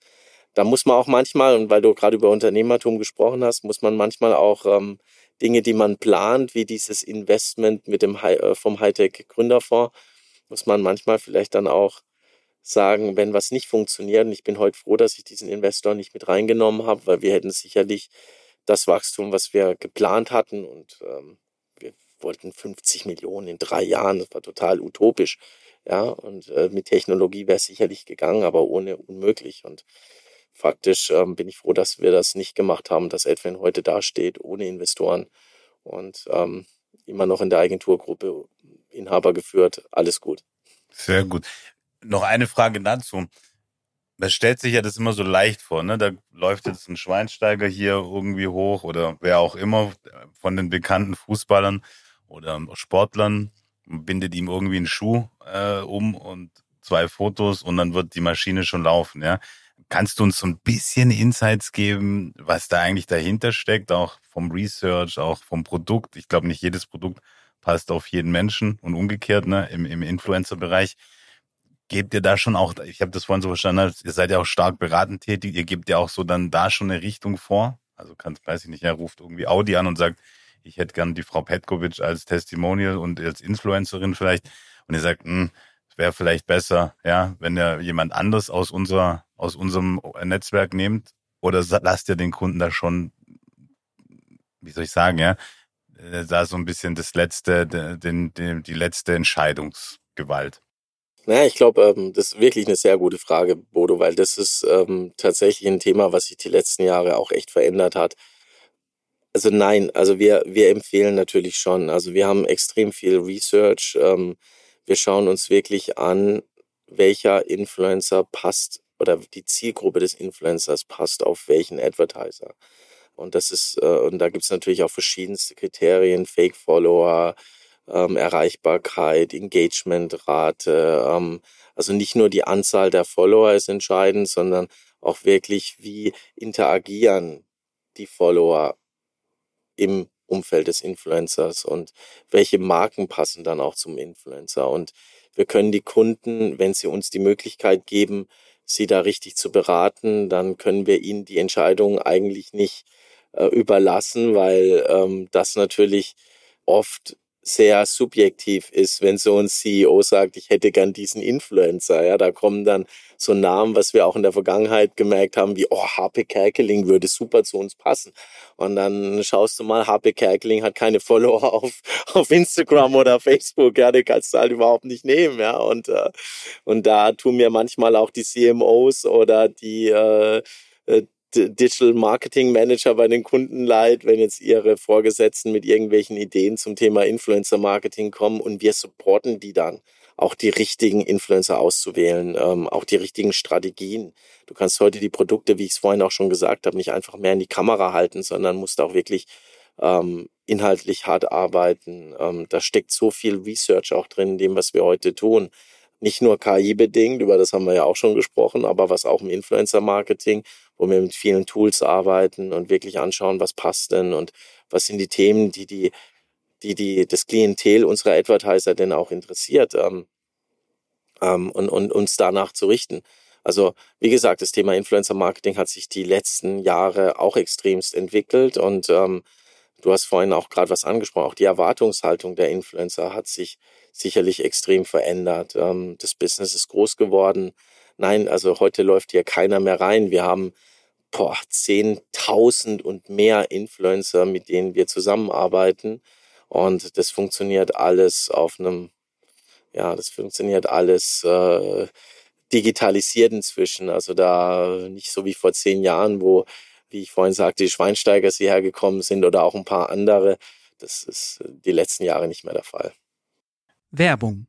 Speaker 1: da muss man auch manchmal, und weil du gerade über Unternehmertum gesprochen hast, muss man manchmal auch Dinge, die man plant, wie dieses Investment mit dem vom Hightech Gründerfonds, muss man manchmal vielleicht dann auch sagen, wenn was nicht funktioniert. Und ich bin heute froh, dass ich diesen Investor nicht mit reingenommen habe, weil wir hätten sicherlich das Wachstum, was wir geplant hatten, und wir wollten 50 Millionen in 3 Jahren, das war total utopisch. Ja, und mit Technologie wäre es sicherlich gegangen, aber ohne unmöglich. Und faktisch bin ich froh, dass wir das nicht gemacht haben, dass Advent heute dasteht, ohne Investoren und immer noch in der Agenturgruppe, Inhaber geführt, alles gut.
Speaker 3: Sehr gut. Noch eine Frage dazu. Man stellt sich ja das immer so leicht vor, ne? Da läuft jetzt ein Schweinsteiger hier irgendwie hoch oder wer auch immer von den bekannten Fußballern oder Sportlern, bindet ihm irgendwie einen Schuh um und 2 Fotos und dann wird die Maschine schon laufen, ja? Kannst du uns so ein bisschen Insights geben, was da eigentlich dahinter steckt, auch vom Research, auch vom Produkt? Ich glaube, nicht jedes Produkt passt auf jeden Menschen und umgekehrt, ne? Im Influencer-Bereich. Gebt ihr da schon auch, ich habe das vorhin so verstanden, ihr seid ja auch stark beratend tätig, ihr gebt ja auch so dann da schon eine Richtung vor? Also weiß ich nicht, er ruft irgendwie Audi an und sagt, ich hätte gern die Frau Petkovic als Testimonial und als Influencerin vielleicht. Und ihr sagt, es wäre vielleicht besser, ja, wenn ihr jemand anderes aus unserem Netzwerk nehmt. Oder lasst ihr den Kunden da schon, wie soll ich sagen, ja, da so ein bisschen die letzte Entscheidungsgewalt.
Speaker 1: Naja, ich glaube, das ist wirklich eine sehr gute Frage, Bodo, weil das ist tatsächlich ein Thema, was sich die letzten Jahre auch echt verändert hat. Also nein, also wir empfehlen natürlich schon. Also wir haben extrem viel Research. Wir schauen uns wirklich an, welcher Influencer passt oder die Zielgruppe des Influencers passt auf welchen Advertiser. Und das ist, und da gibt's natürlich auch verschiedenste Kriterien, Fake-Follower, Erreichbarkeit, Engagementrate, also nicht nur die Anzahl der Follower ist entscheidend, sondern auch wirklich, wie interagieren die Follower im Umfeld des Influencers und welche Marken passen dann auch zum Influencer. Und wir können die Kunden, wenn sie uns die Möglichkeit geben, sie da richtig zu beraten, dann können wir ihnen die Entscheidung eigentlich nicht überlassen, weil das natürlich oft sehr subjektiv ist, wenn so ein CEO sagt, ich hätte gern diesen Influencer. Ja, da kommen dann so Namen, was wir auch in der Vergangenheit gemerkt haben, wie Harpe Kerkeling würde super zu uns passen. Und dann schaust du mal, Harpe Kerkeling hat keine Follower auf Instagram oder Facebook. Ja, den kannst du halt überhaupt nicht nehmen. Ja, und da tun mir manchmal auch die CMOs oder die Digital Marketing Manager bei den Kunden leid, wenn jetzt ihre Vorgesetzten mit irgendwelchen Ideen zum Thema Influencer Marketing kommen, und wir supporten die dann, auch die richtigen Influencer auszuwählen, auch die richtigen Strategien. Du kannst heute die Produkte, wie ich es vorhin auch schon gesagt habe, nicht einfach mehr in die Kamera halten, sondern musst auch wirklich inhaltlich hart arbeiten. Da steckt so viel Research auch drin in dem, was wir heute tun. Nicht nur KI-bedingt, über das haben wir ja auch schon gesprochen, aber was auch im Influencer-Marketing, wo wir mit vielen Tools arbeiten und wirklich anschauen, was passt denn und was sind die Themen, die das Klientel unserer Advertiser denn auch interessiert, und uns danach zu richten. Also wie gesagt, das Thema Influencer-Marketing hat sich die letzten Jahre auch extremst entwickelt, und du hast vorhin auch gerade was angesprochen, auch die Erwartungshaltung der Influencer hat sich sicherlich extrem verändert. Das Business ist groß geworden. Nein, also heute läuft hier keiner mehr rein. Wir haben 10.000 und mehr Influencer, mit denen wir zusammenarbeiten. Und das funktioniert alles digitalisiert inzwischen. Also da nicht so wie vor 10 Jahren, wo, wie ich vorhin sagte, die Schweinsteigers hierher gekommen sind oder auch ein paar andere. Das ist die letzten Jahre nicht mehr der Fall.
Speaker 4: Werbung.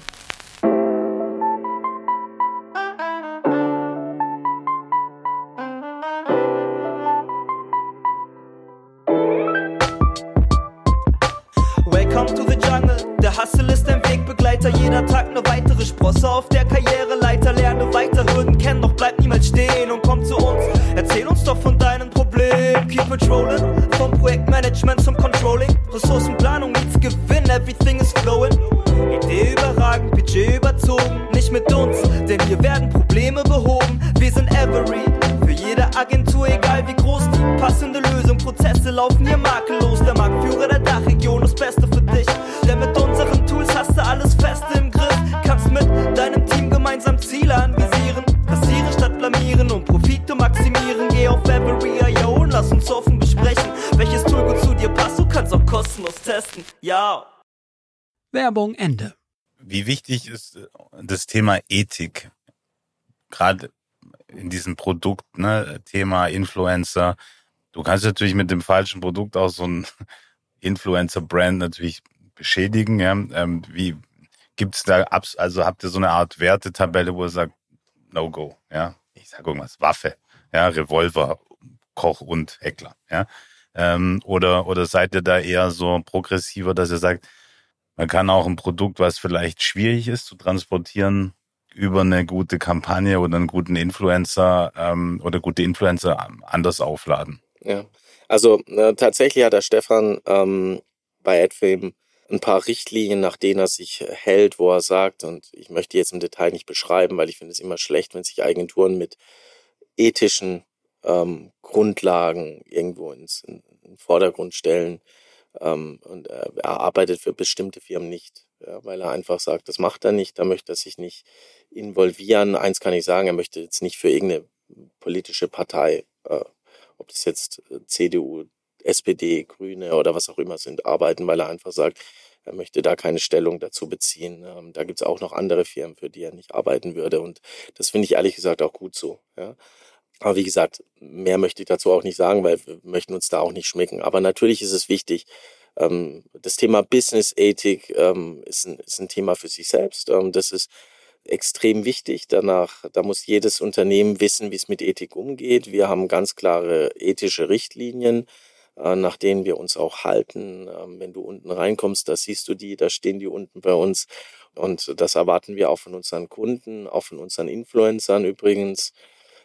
Speaker 2: Welcome to the jungle. Der Hustle ist ein Wegbegleiter, jeder Tag eine weitere Sprosse auf der Karriereleiter. Lerne weiter, Hürden kennen, doch bleib niemals stehen und komm zu uns. Erzähl uns doch von deinen Problemen. Keep it rolling, vom Projektmanagement zum Controlling. Ressourcenplanung meets Gewinn, everything is flowing. Idee überragend, Budget überzogen, nicht mit uns, denn hier werden Probleme behoben. Wir sind Every, für jede Agentur, egal wie groß die passende Lösung. Prozesse laufen hier makellos, der Marktführer der Dachregion, das Beste für dich. Denn mit unseren Tools hast du alles fest im Griff. Kannst mit deinem Team gemeinsam Ziele anvisieren, kassieren statt blamieren und Profite maximieren. Geh auf Every.io und lass uns offen besprechen, welches Tool gut zu dir passt, du kannst auch kostenlos testen. Ja.
Speaker 4: Werbung Ende.
Speaker 3: Wie wichtig ist das Thema Ethik? Gerade in diesem Produkt, ne, Thema Influencer. Du kannst natürlich mit dem falschen Produkt auch so ein Influencer-Brand natürlich beschädigen. Ja? Wie gibt's da, also habt ihr so eine Art Wertetabelle, wo ihr sagt, No-Go, ja? Ich sag irgendwas, Waffe, ja, Revolver, Koch und Heckler, ja? Oder seid ihr da eher so progressiver, dass ihr sagt, man kann auch ein Produkt, was vielleicht schwierig ist zu transportieren, über eine gute Kampagne oder einen guten Influencer oder gute Influencer anders aufladen?
Speaker 1: Ja, also tatsächlich hat der Stefan bei AdFame ein paar Richtlinien, nach denen er sich hält, wo er sagt, und ich möchte jetzt im Detail nicht beschreiben, weil ich finde es immer schlecht, wenn sich Agenturen mit ethischen Grundlagen irgendwo in den Vordergrund stellen. Und er arbeitet für bestimmte Firmen nicht, ja, weil er einfach sagt, das macht er nicht, da möchte er sich nicht involvieren. Eins kann ich sagen, er möchte jetzt nicht für irgendeine politische Partei, ob das jetzt CDU, SPD, Grüne oder was auch immer sind, arbeiten, weil er einfach sagt, er möchte da keine Stellung dazu beziehen. Da gibt es auch noch andere Firmen, für die er nicht arbeiten würde, und das finde ich ehrlich gesagt auch gut so. Ja. Aber wie gesagt, mehr möchte ich dazu auch nicht sagen, weil wir möchten uns da auch nicht schmecken. Aber natürlich ist es wichtig, das Thema Business-Ethik ist ein Thema für sich selbst. Das ist extrem wichtig. Da muss jedes Unternehmen wissen, wie es mit Ethik umgeht. Wir haben ganz klare ethische Richtlinien, nach denen wir uns auch halten. Wenn du unten reinkommst, da siehst du da stehen die unten bei uns. Und das erwarten wir auch von unseren Kunden, auch von unseren Influencern übrigens.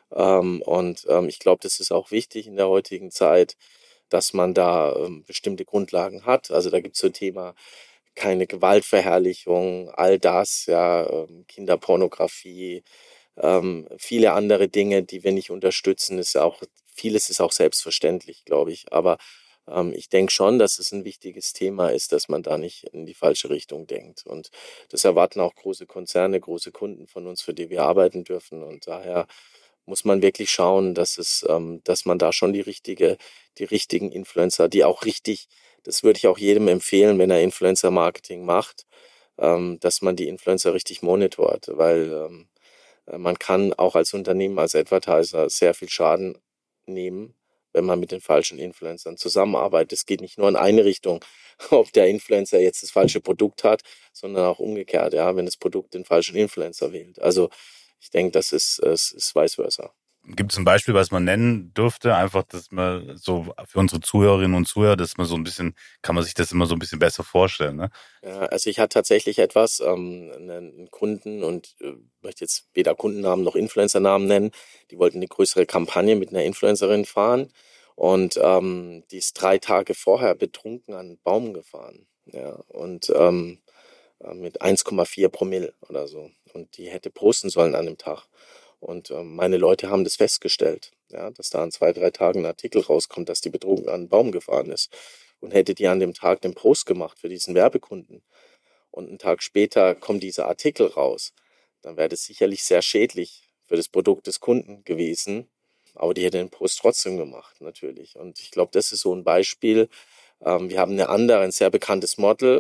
Speaker 1: Ich glaube, das ist auch wichtig in der heutigen Zeit, dass man da bestimmte Grundlagen hat. Also da gibt es so Thema keine Gewaltverherrlichung, all das, ja, Kinderpornografie, viele andere Dinge, die wir nicht unterstützen, vieles ist auch selbstverständlich, glaube ich. Aber Ich denke schon, dass es ein wichtiges Thema ist, dass man da nicht in die falsche Richtung denkt. Und das erwarten auch große Konzerne, große Kunden von uns, für die wir arbeiten dürfen. Und daher muss man wirklich schauen, dass man da schon die richtigen Influencer, die auch richtig, das würde ich auch jedem empfehlen, wenn er Influencer-Marketing macht, dass man die Influencer richtig monitort, weil man kann auch als Unternehmen, als Advertiser sehr viel Schaden nehmen, wenn man mit den falschen Influencern zusammenarbeitet. Es geht nicht nur in eine Richtung, ob der Influencer jetzt das falsche Produkt hat, sondern auch umgekehrt, ja, wenn das Produkt den falschen Influencer wählt. Also ich denke, es ist vice versa.
Speaker 3: Gibt es ein Beispiel, was man nennen dürfte? Einfach, dass man so für unsere Zuhörerinnen und Zuhörer, dass man so ein bisschen, kann man sich das immer so ein bisschen besser vorstellen, ne?
Speaker 1: Ja, also ich hatte tatsächlich einen Kunden und möchte jetzt weder Kundennamen noch Influencernamen nennen. Die wollten eine größere Kampagne mit einer Influencerin fahren und die ist 3 Tage vorher betrunken an einen Baum gefahren. Ja, und mit 1,4 Promille oder so. Und die hätte posten sollen an dem Tag. Und meine Leute haben das festgestellt, ja, dass da an 2, 3 Tagen ein Artikel rauskommt, dass die betrunken an einen Baum gefahren ist. Und hätte die an dem Tag den Post gemacht für diesen Werbekunden und einen Tag später kommt dieser Artikel raus, dann wäre das sicherlich sehr schädlich für das Produkt des Kunden gewesen. Aber die hätte den Post trotzdem gemacht, natürlich. Und ich glaube, das ist so ein Beispiel. Wir haben ein sehr bekanntes Model,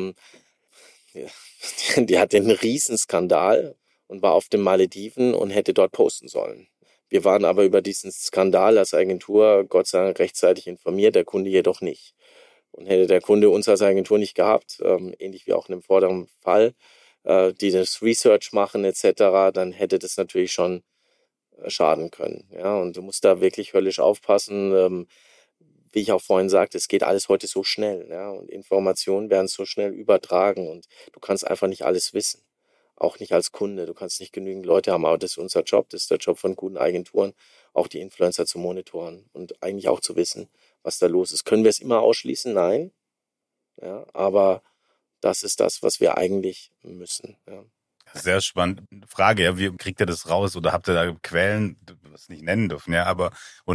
Speaker 1: die hatte einen Riesenskandal und war auf den Malediven und hätte dort posten sollen. Wir waren aber über diesen Skandal als Agentur Gott sei Dank rechtzeitig informiert, der Kunde jedoch nicht. Und hätte der Kunde uns als Agentur nicht gehabt, ähnlich wie auch in dem vorderen Fall, die das Research machen etc., dann hätte das natürlich schon schaden können. Ja, und du musst da wirklich höllisch aufpassen. Wie ich auch vorhin sagte, es geht alles heute so schnell, ja, und Informationen werden so schnell übertragen und du kannst einfach nicht alles wissen. Auch nicht als Kunde. Du kannst nicht genügend Leute haben, aber das ist unser Job, das ist der Job von guten Agenturen, auch die Influencer zu monitoren und eigentlich auch zu wissen, was da los ist. Können wir es immer ausschließen? Nein. Ja, aber das ist das, was wir eigentlich müssen. Ja.
Speaker 3: Sehr spannend. Frage, ja, wie kriegt ihr das raus? Oder habt ihr da Quellen, was nicht nennen dürfen, ja, aber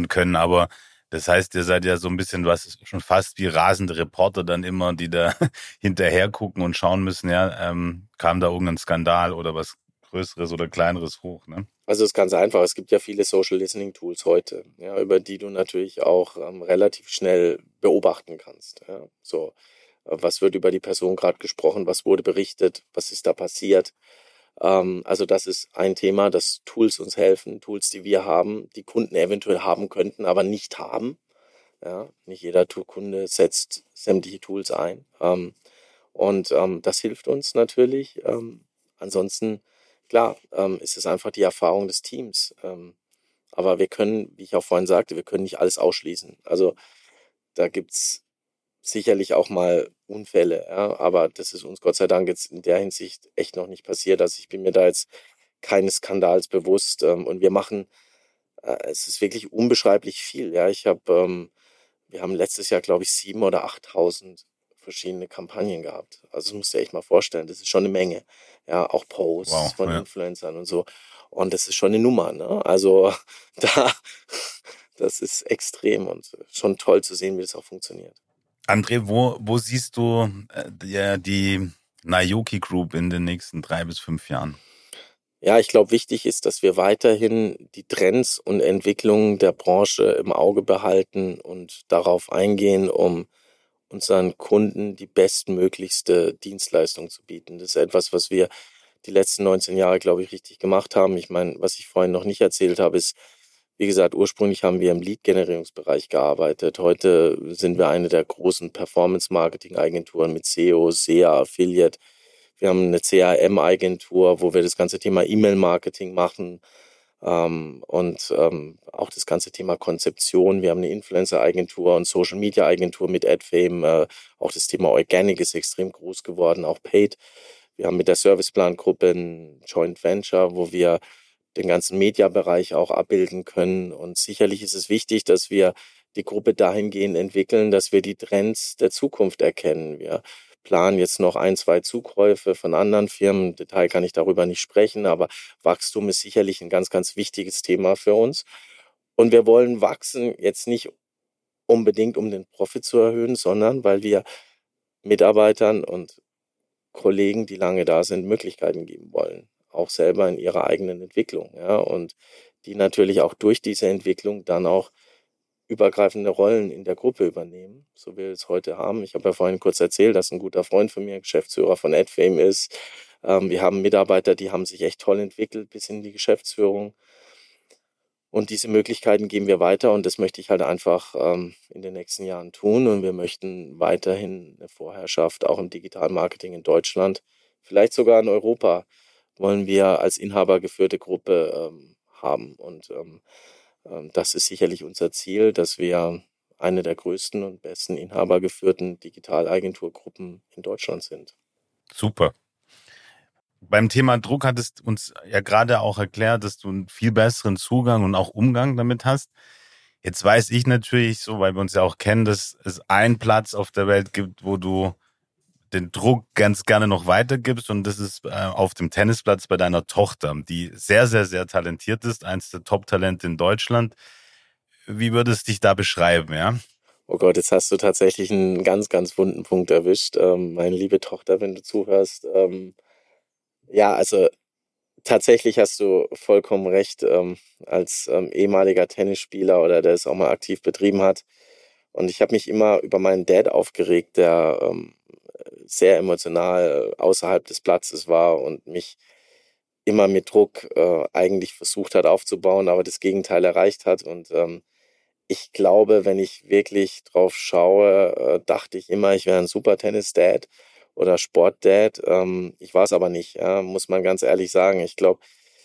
Speaker 3: das heißt, ihr seid ja so ein bisschen, was schon fast wie rasende Reporter dann immer, die da hinterher gucken und schauen müssen, ja, kam da irgendein Skandal oder was Größeres oder Kleineres hoch, ne?
Speaker 1: Also es ist ganz einfach. Es gibt ja viele Social Listening Tools heute, ja, über die du natürlich auch relativ schnell beobachten kannst. Ja. So, was wird über die Person gerade gesprochen? Was wurde berichtet? Was ist da passiert? Also das ist ein Thema, dass Tools uns helfen, Tools, die wir haben, die Kunden eventuell haben könnten, aber nicht haben. Ja, nicht jeder Kunde setzt sämtliche Tools ein. Und das hilft uns natürlich. Ansonsten, klar, ist es einfach die Erfahrung des Teams. Aber wir können, wie ich auch vorhin sagte, wir können nicht alles ausschließen. Also da gibt's sicherlich auch mal Unfälle, ja, aber das ist uns Gott sei Dank jetzt in der Hinsicht echt noch nicht passiert. Also ich bin mir da jetzt keines Skandals bewusst und wir machen, es ist wirklich unbeschreiblich viel. Ja, wir haben letztes Jahr, glaube ich, 7.000 oder 8.000 verschiedene Kampagnen gehabt. Also das musst du dir echt mal vorstellen, das ist schon eine Menge. Ja, auch Posts von Influencern und so. Und das ist schon eine Nummer, ne? Also das ist extrem und schon toll zu sehen, wie das auch funktioniert.
Speaker 3: André, wo siehst du die Naoki Group in den nächsten 3 bis 5 Jahren?
Speaker 1: Ja, ich glaube, wichtig ist, dass wir weiterhin die Trends und Entwicklungen der Branche im Auge behalten und darauf eingehen, um unseren Kunden die bestmöglichste Dienstleistung zu bieten. Das ist etwas, was wir die letzten 19 Jahre, glaube ich, richtig gemacht haben. Ich meine, was ich vorhin noch nicht erzählt habe, ist, wie gesagt, ursprünglich haben wir im Lead-Generierungsbereich gearbeitet. Heute sind wir eine der großen Performance-Marketing-Agenturen mit SEO, SEA, Affiliate. Wir haben eine CRM-Agentur, wo wir das ganze Thema E-Mail-Marketing machen und auch das ganze Thema Konzeption. Wir haben eine Influencer-Agentur und Social-Media-Agentur mit AdFame. Auch das Thema Organic ist extrem groß geworden, auch Paid. Wir haben mit der Serviceplan-Gruppe ein Joint Venture, wo wir den ganzen Media-Bereich auch abbilden können. Und sicherlich ist es wichtig, dass wir die Gruppe dahingehend entwickeln, dass wir die Trends der Zukunft erkennen. Wir planen jetzt noch 1, 2 Zukäufe von anderen Firmen. Im Detail kann ich darüber nicht sprechen, aber Wachstum ist sicherlich ein ganz, ganz wichtiges Thema für uns. Und wir wollen wachsen jetzt nicht, unbedingt, um den Profit zu erhöhen, sondern weil wir Mitarbeitern und Kollegen, die lange da sind, Möglichkeiten geben wollen, auch selber in ihrer eigenen Entwicklung, ja, und die natürlich auch durch diese Entwicklung dann auch übergreifende Rollen in der Gruppe übernehmen, so wie wir es heute haben. Ich habe ja vorhin kurz erzählt, dass ein guter Freund von mir Geschäftsführer von AdFame ist. Wir haben Mitarbeiter, die haben sich echt toll entwickelt bis in die Geschäftsführung. Und diese Möglichkeiten geben wir weiter und das möchte ich halt einfach in den nächsten Jahren tun. Und wir möchten weiterhin eine Vorherrschaft auch im Digitalmarketing in Deutschland, vielleicht sogar in Europa, wollen wir als inhabergeführte Gruppe haben. Und das ist sicherlich unser Ziel, dass wir eine der größten und besten inhabergeführten Digitalagenturgruppen in Deutschland sind.
Speaker 3: Super. Beim Thema Druck hattest uns ja gerade auch erklärt, dass du einen viel besseren Zugang und auch Umgang damit hast. Jetzt weiß ich natürlich so, weil wir uns ja auch kennen, dass es einen Platz auf der Welt gibt, wo du den Druck ganz gerne noch weitergibst, und das ist auf dem Tennisplatz bei deiner Tochter, die sehr, sehr, sehr talentiert ist, eins der Top-Talente in Deutschland. Wie würdest du dich da beschreiben, ja?
Speaker 1: Oh Gott, jetzt hast du tatsächlich einen ganz, ganz wunden Punkt erwischt. Meine liebe Tochter, wenn du zuhörst, ja, also tatsächlich hast du vollkommen recht, als ehemaliger Tennisspieler oder der es auch mal aktiv betrieben hat. Und ich habe mich immer über meinen Dad aufgeregt, der sehr emotional außerhalb des Platzes war und mich immer mit Druck eigentlich versucht hat aufzubauen, aber das Gegenteil erreicht hat. Und ich glaube, wenn ich wirklich drauf schaue, dachte ich immer, ich wäre ein super Tennis-Dad oder Sport-Dad. Ich war es aber nicht, ja, muss man ganz ehrlich sagen. Ich glaube,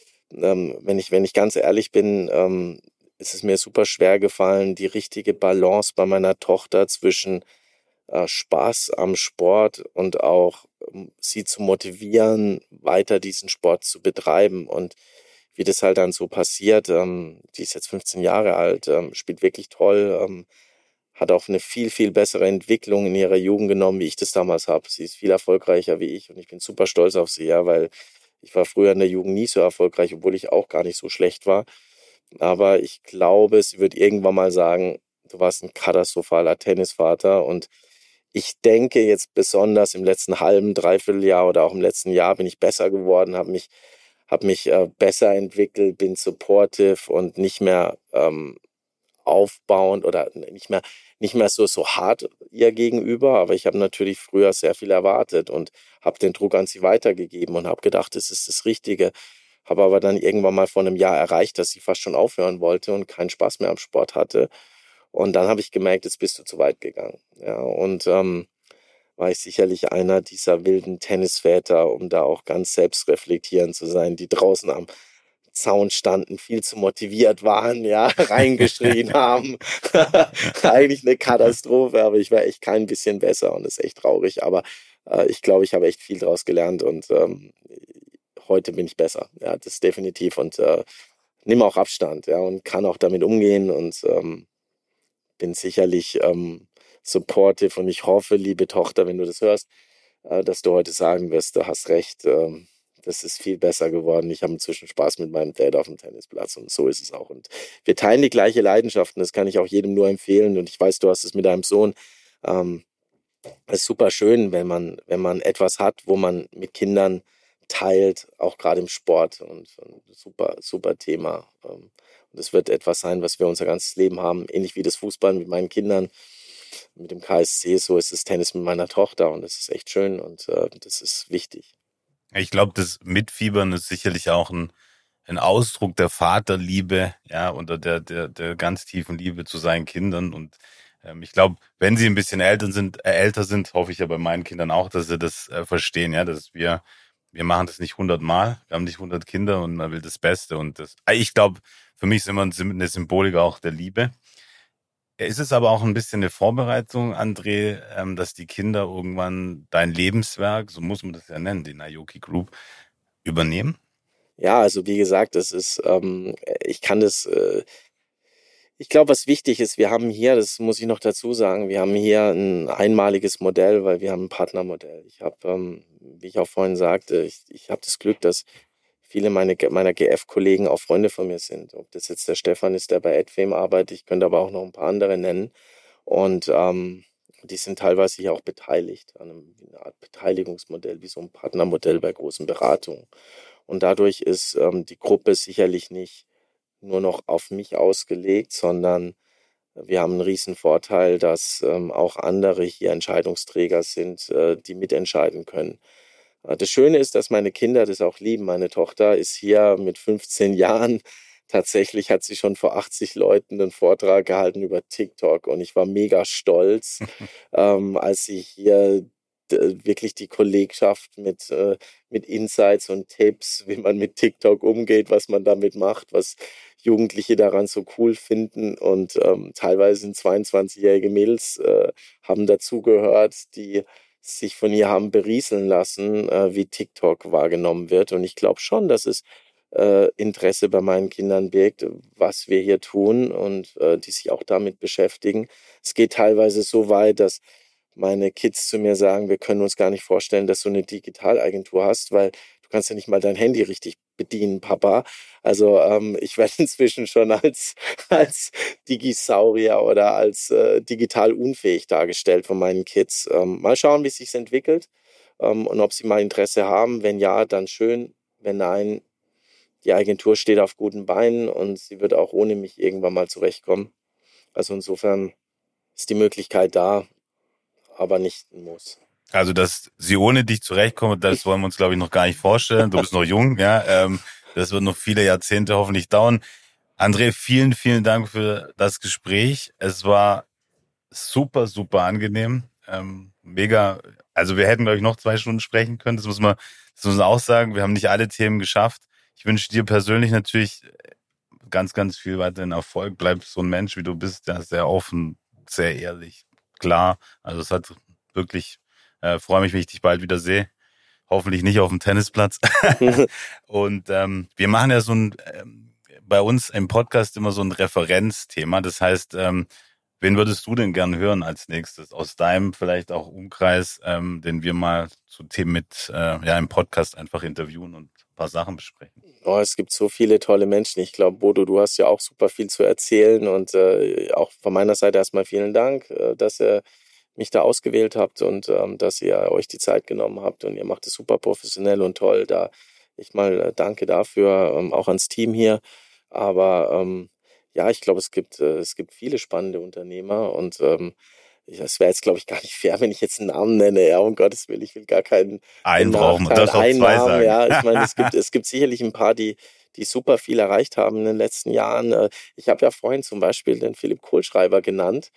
Speaker 1: wenn ich ganz ehrlich bin, ist es mir super schwer gefallen, die richtige Balance bei meiner Tochter zwischen Spaß am Sport und auch sie zu motivieren, weiter diesen Sport zu betreiben. Und wie das halt dann so passiert, die ist jetzt 15 Jahre alt, spielt wirklich toll, hat auch eine viel, viel bessere Entwicklung in ihrer Jugend genommen, wie ich das damals habe. Sie ist viel erfolgreicher wie ich und ich bin super stolz auf sie, ja, weil ich war früher in der Jugend nie so erfolgreich, obwohl ich auch gar nicht so schlecht war. Aber ich glaube, sie wird irgendwann mal sagen, du warst ein katastrophaler Tennisvater. Und ich denke jetzt besonders im letzten halben, dreiviertel Jahr oder auch im letzten Jahr bin ich besser geworden, habe mich besser entwickelt, bin supportive und nicht mehr aufbauend oder nicht mehr so hart ihr gegenüber. Aber ich habe natürlich früher sehr viel erwartet und habe den Druck an sie weitergegeben und habe gedacht, das ist das Richtige. Habe aber dann irgendwann mal vor einem Jahr erreicht, dass sie fast schon aufhören wollte und keinen Spaß mehr am Sport hatte. Und dann habe ich gemerkt, jetzt bist du zu weit gegangen. Ja, und war ich sicherlich einer dieser wilden Tennisväter, um da auch ganz selbstreflektierend zu sein, die draußen am Zaun standen, viel zu motiviert waren, ja, reingeschrien haben. Eigentlich eine Katastrophe, aber ich war echt kein bisschen besser und ist echt traurig. Aber ich glaube, ich habe echt viel daraus gelernt und heute bin ich besser. Ja, das definitiv und nehme auch Abstand, ja, und kann auch damit umgehen und bin sicherlich supportive und ich hoffe, liebe Tochter, wenn du das hörst, dass du heute sagen wirst, du hast recht, das ist viel besser geworden. Ich habe inzwischen Spaß mit meinem Dad auf dem Tennisplatz und so ist es auch. Und wir teilen die gleiche Leidenschaft und das kann ich auch jedem nur empfehlen. Und ich weiß, du hast es mit deinem Sohn. Es ist super schön, wenn man etwas hat, wo man mit Kindern teilt, auch gerade im Sport. Und super, super Thema. Und es wird etwas sein, was wir unser ganzes Leben haben. Ähnlich wie das Fußball mit meinen Kindern, mit dem KSC, so ist das Tennis mit meiner Tochter. Und das ist echt schön und das ist wichtig.
Speaker 3: Ich glaube, das Mitfiebern ist sicherlich auch ein Ausdruck der Vaterliebe, ja, oder der ganz tiefen Liebe zu seinen Kindern. Und ich glaube, wenn sie ein bisschen älter sind, hoffe ich ja bei meinen Kindern auch, dass sie das verstehen, ja, dass wir machen das nicht 100 Mal, wir haben nicht 100 Kinder und man will das Beste. Und ich glaube, für mich ist immer eine Symbolik auch der Liebe. Ist es aber auch ein bisschen eine Vorbereitung, André, dass die Kinder irgendwann dein Lebenswerk, so muss man das ja nennen, die Naoki Group, übernehmen?
Speaker 1: Ja, also wie gesagt, ich glaube, was wichtig ist, wir haben hier, das muss ich noch dazu sagen, wir haben hier ein einmaliges Modell, weil wir haben ein Partnermodell. Ich habe, wie ich auch vorhin sagte, ich habe das Glück, dass viele meiner GF-Kollegen auch Freunde von mir sind. Ob das jetzt der Stefan ist, der bei AdFame arbeitet, ich könnte aber auch noch ein paar andere nennen. Und die sind teilweise hier auch beteiligt an einer Art Beteiligungsmodell, wie so ein Partnermodell bei großen Beratungen. Und dadurch ist die Gruppe sicherlich nicht nur noch auf mich ausgelegt, sondern wir haben einen riesen Vorteil, dass auch andere hier Entscheidungsträger sind, die mitentscheiden können. Das Schöne ist, dass meine Kinder das auch lieben. Meine Tochter ist hier mit 15 Jahren. Tatsächlich hat sie schon vor 80 Leuten einen Vortrag gehalten über TikTok und ich war mega stolz, als sie hier wirklich die Kollegschaft mit Insights und Tipps, wie man mit TikTok umgeht, was man damit macht, was Jugendliche daran so cool finden und teilweise sind 22-jährige Mädels haben dazugehört, die sich von ihr haben berieseln lassen, wie TikTok wahrgenommen wird. Und ich glaube schon, dass es Interesse bei meinen Kindern birgt, was wir hier tun und die sich auch damit beschäftigen. Es geht teilweise so weit, dass meine Kids zu mir sagen, wir können uns gar nicht vorstellen, dass du eine Digitalagentur hast, weil du kannst ja nicht mal dein Handy richtig bedienen, Papa. Also ich werde inzwischen schon als Digisaurier oder als digital unfähig dargestellt von meinen Kids. Mal schauen, wie es sich entwickelt und ob sie mal Interesse haben. Wenn ja, dann schön. Wenn nein, die Agentur steht auf guten Beinen und sie wird auch ohne mich irgendwann mal zurechtkommen. Also insofern ist die Möglichkeit da, aber nicht ein Muss.
Speaker 3: Also, dass sie ohne dich zurechtkommt, das wollen wir uns, glaube ich, noch gar nicht vorstellen. Du bist noch jung, ja. Das wird noch viele Jahrzehnte hoffentlich dauern. André, vielen, vielen Dank für das Gespräch. Es war super, super angenehm. Mega. Also, wir hätten, glaube ich, noch 2 Stunden sprechen können. Das muss man auch sagen. Wir haben nicht alle Themen geschafft. Ich wünsche dir persönlich natürlich ganz, ganz viel weiterhin Erfolg. Bleib so ein Mensch, wie du bist, der ist sehr offen, sehr ehrlich, klar. Also, es hat wirklich freue mich, wenn ich dich bald wieder sehe. Hoffentlich nicht auf dem Tennisplatz. Und wir machen ja bei uns im Podcast immer so ein Referenzthema. Das heißt, wen würdest du denn gern hören als nächstes aus deinem vielleicht auch Umkreis, den wir mal zu Themen mit im Podcast einfach interviewen und ein paar Sachen besprechen?
Speaker 1: Oh, es gibt so viele tolle Menschen. Ich glaube, Bodo, du hast ja auch super viel zu erzählen und auch von meiner Seite erstmal vielen Dank, dass ihr mich da ausgewählt habt und dass ihr euch die Zeit genommen habt und ihr macht es super professionell und toll. Da ich mal danke dafür, auch ans Team hier. Aber ich glaube, es gibt viele spannende Unternehmer und es wäre jetzt, glaube ich, gar nicht fair, wenn ich jetzt einen Namen nenne. Ja, um Gottes Willen, ich will gar keinen
Speaker 3: Einen brauchen wir, das auch 2 sagen.
Speaker 1: Ja, ich meine, es gibt sicherlich ein paar, die super viel erreicht haben in den letzten Jahren. Ich habe ja vorhin zum Beispiel den Philipp Kohlschreiber genannt,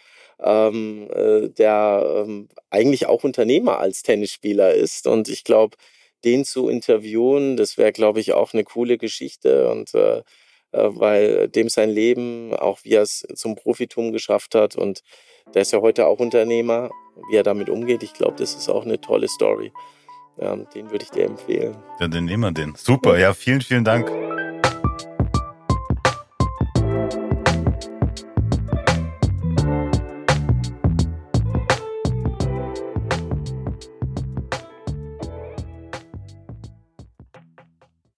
Speaker 1: der eigentlich auch Unternehmer als Tennisspieler ist. Und ich glaube, den zu interviewen, das wäre, glaube ich, auch eine coole Geschichte. Und weil dem sein Leben, auch wie er es zum Profitum geschafft hat und der ist ja heute auch Unternehmer, wie er damit umgeht, ich glaube, das ist auch eine tolle Story. Den würde ich dir empfehlen.
Speaker 3: Ja, dann nehmen wir den. Super, ja, vielen, vielen Dank.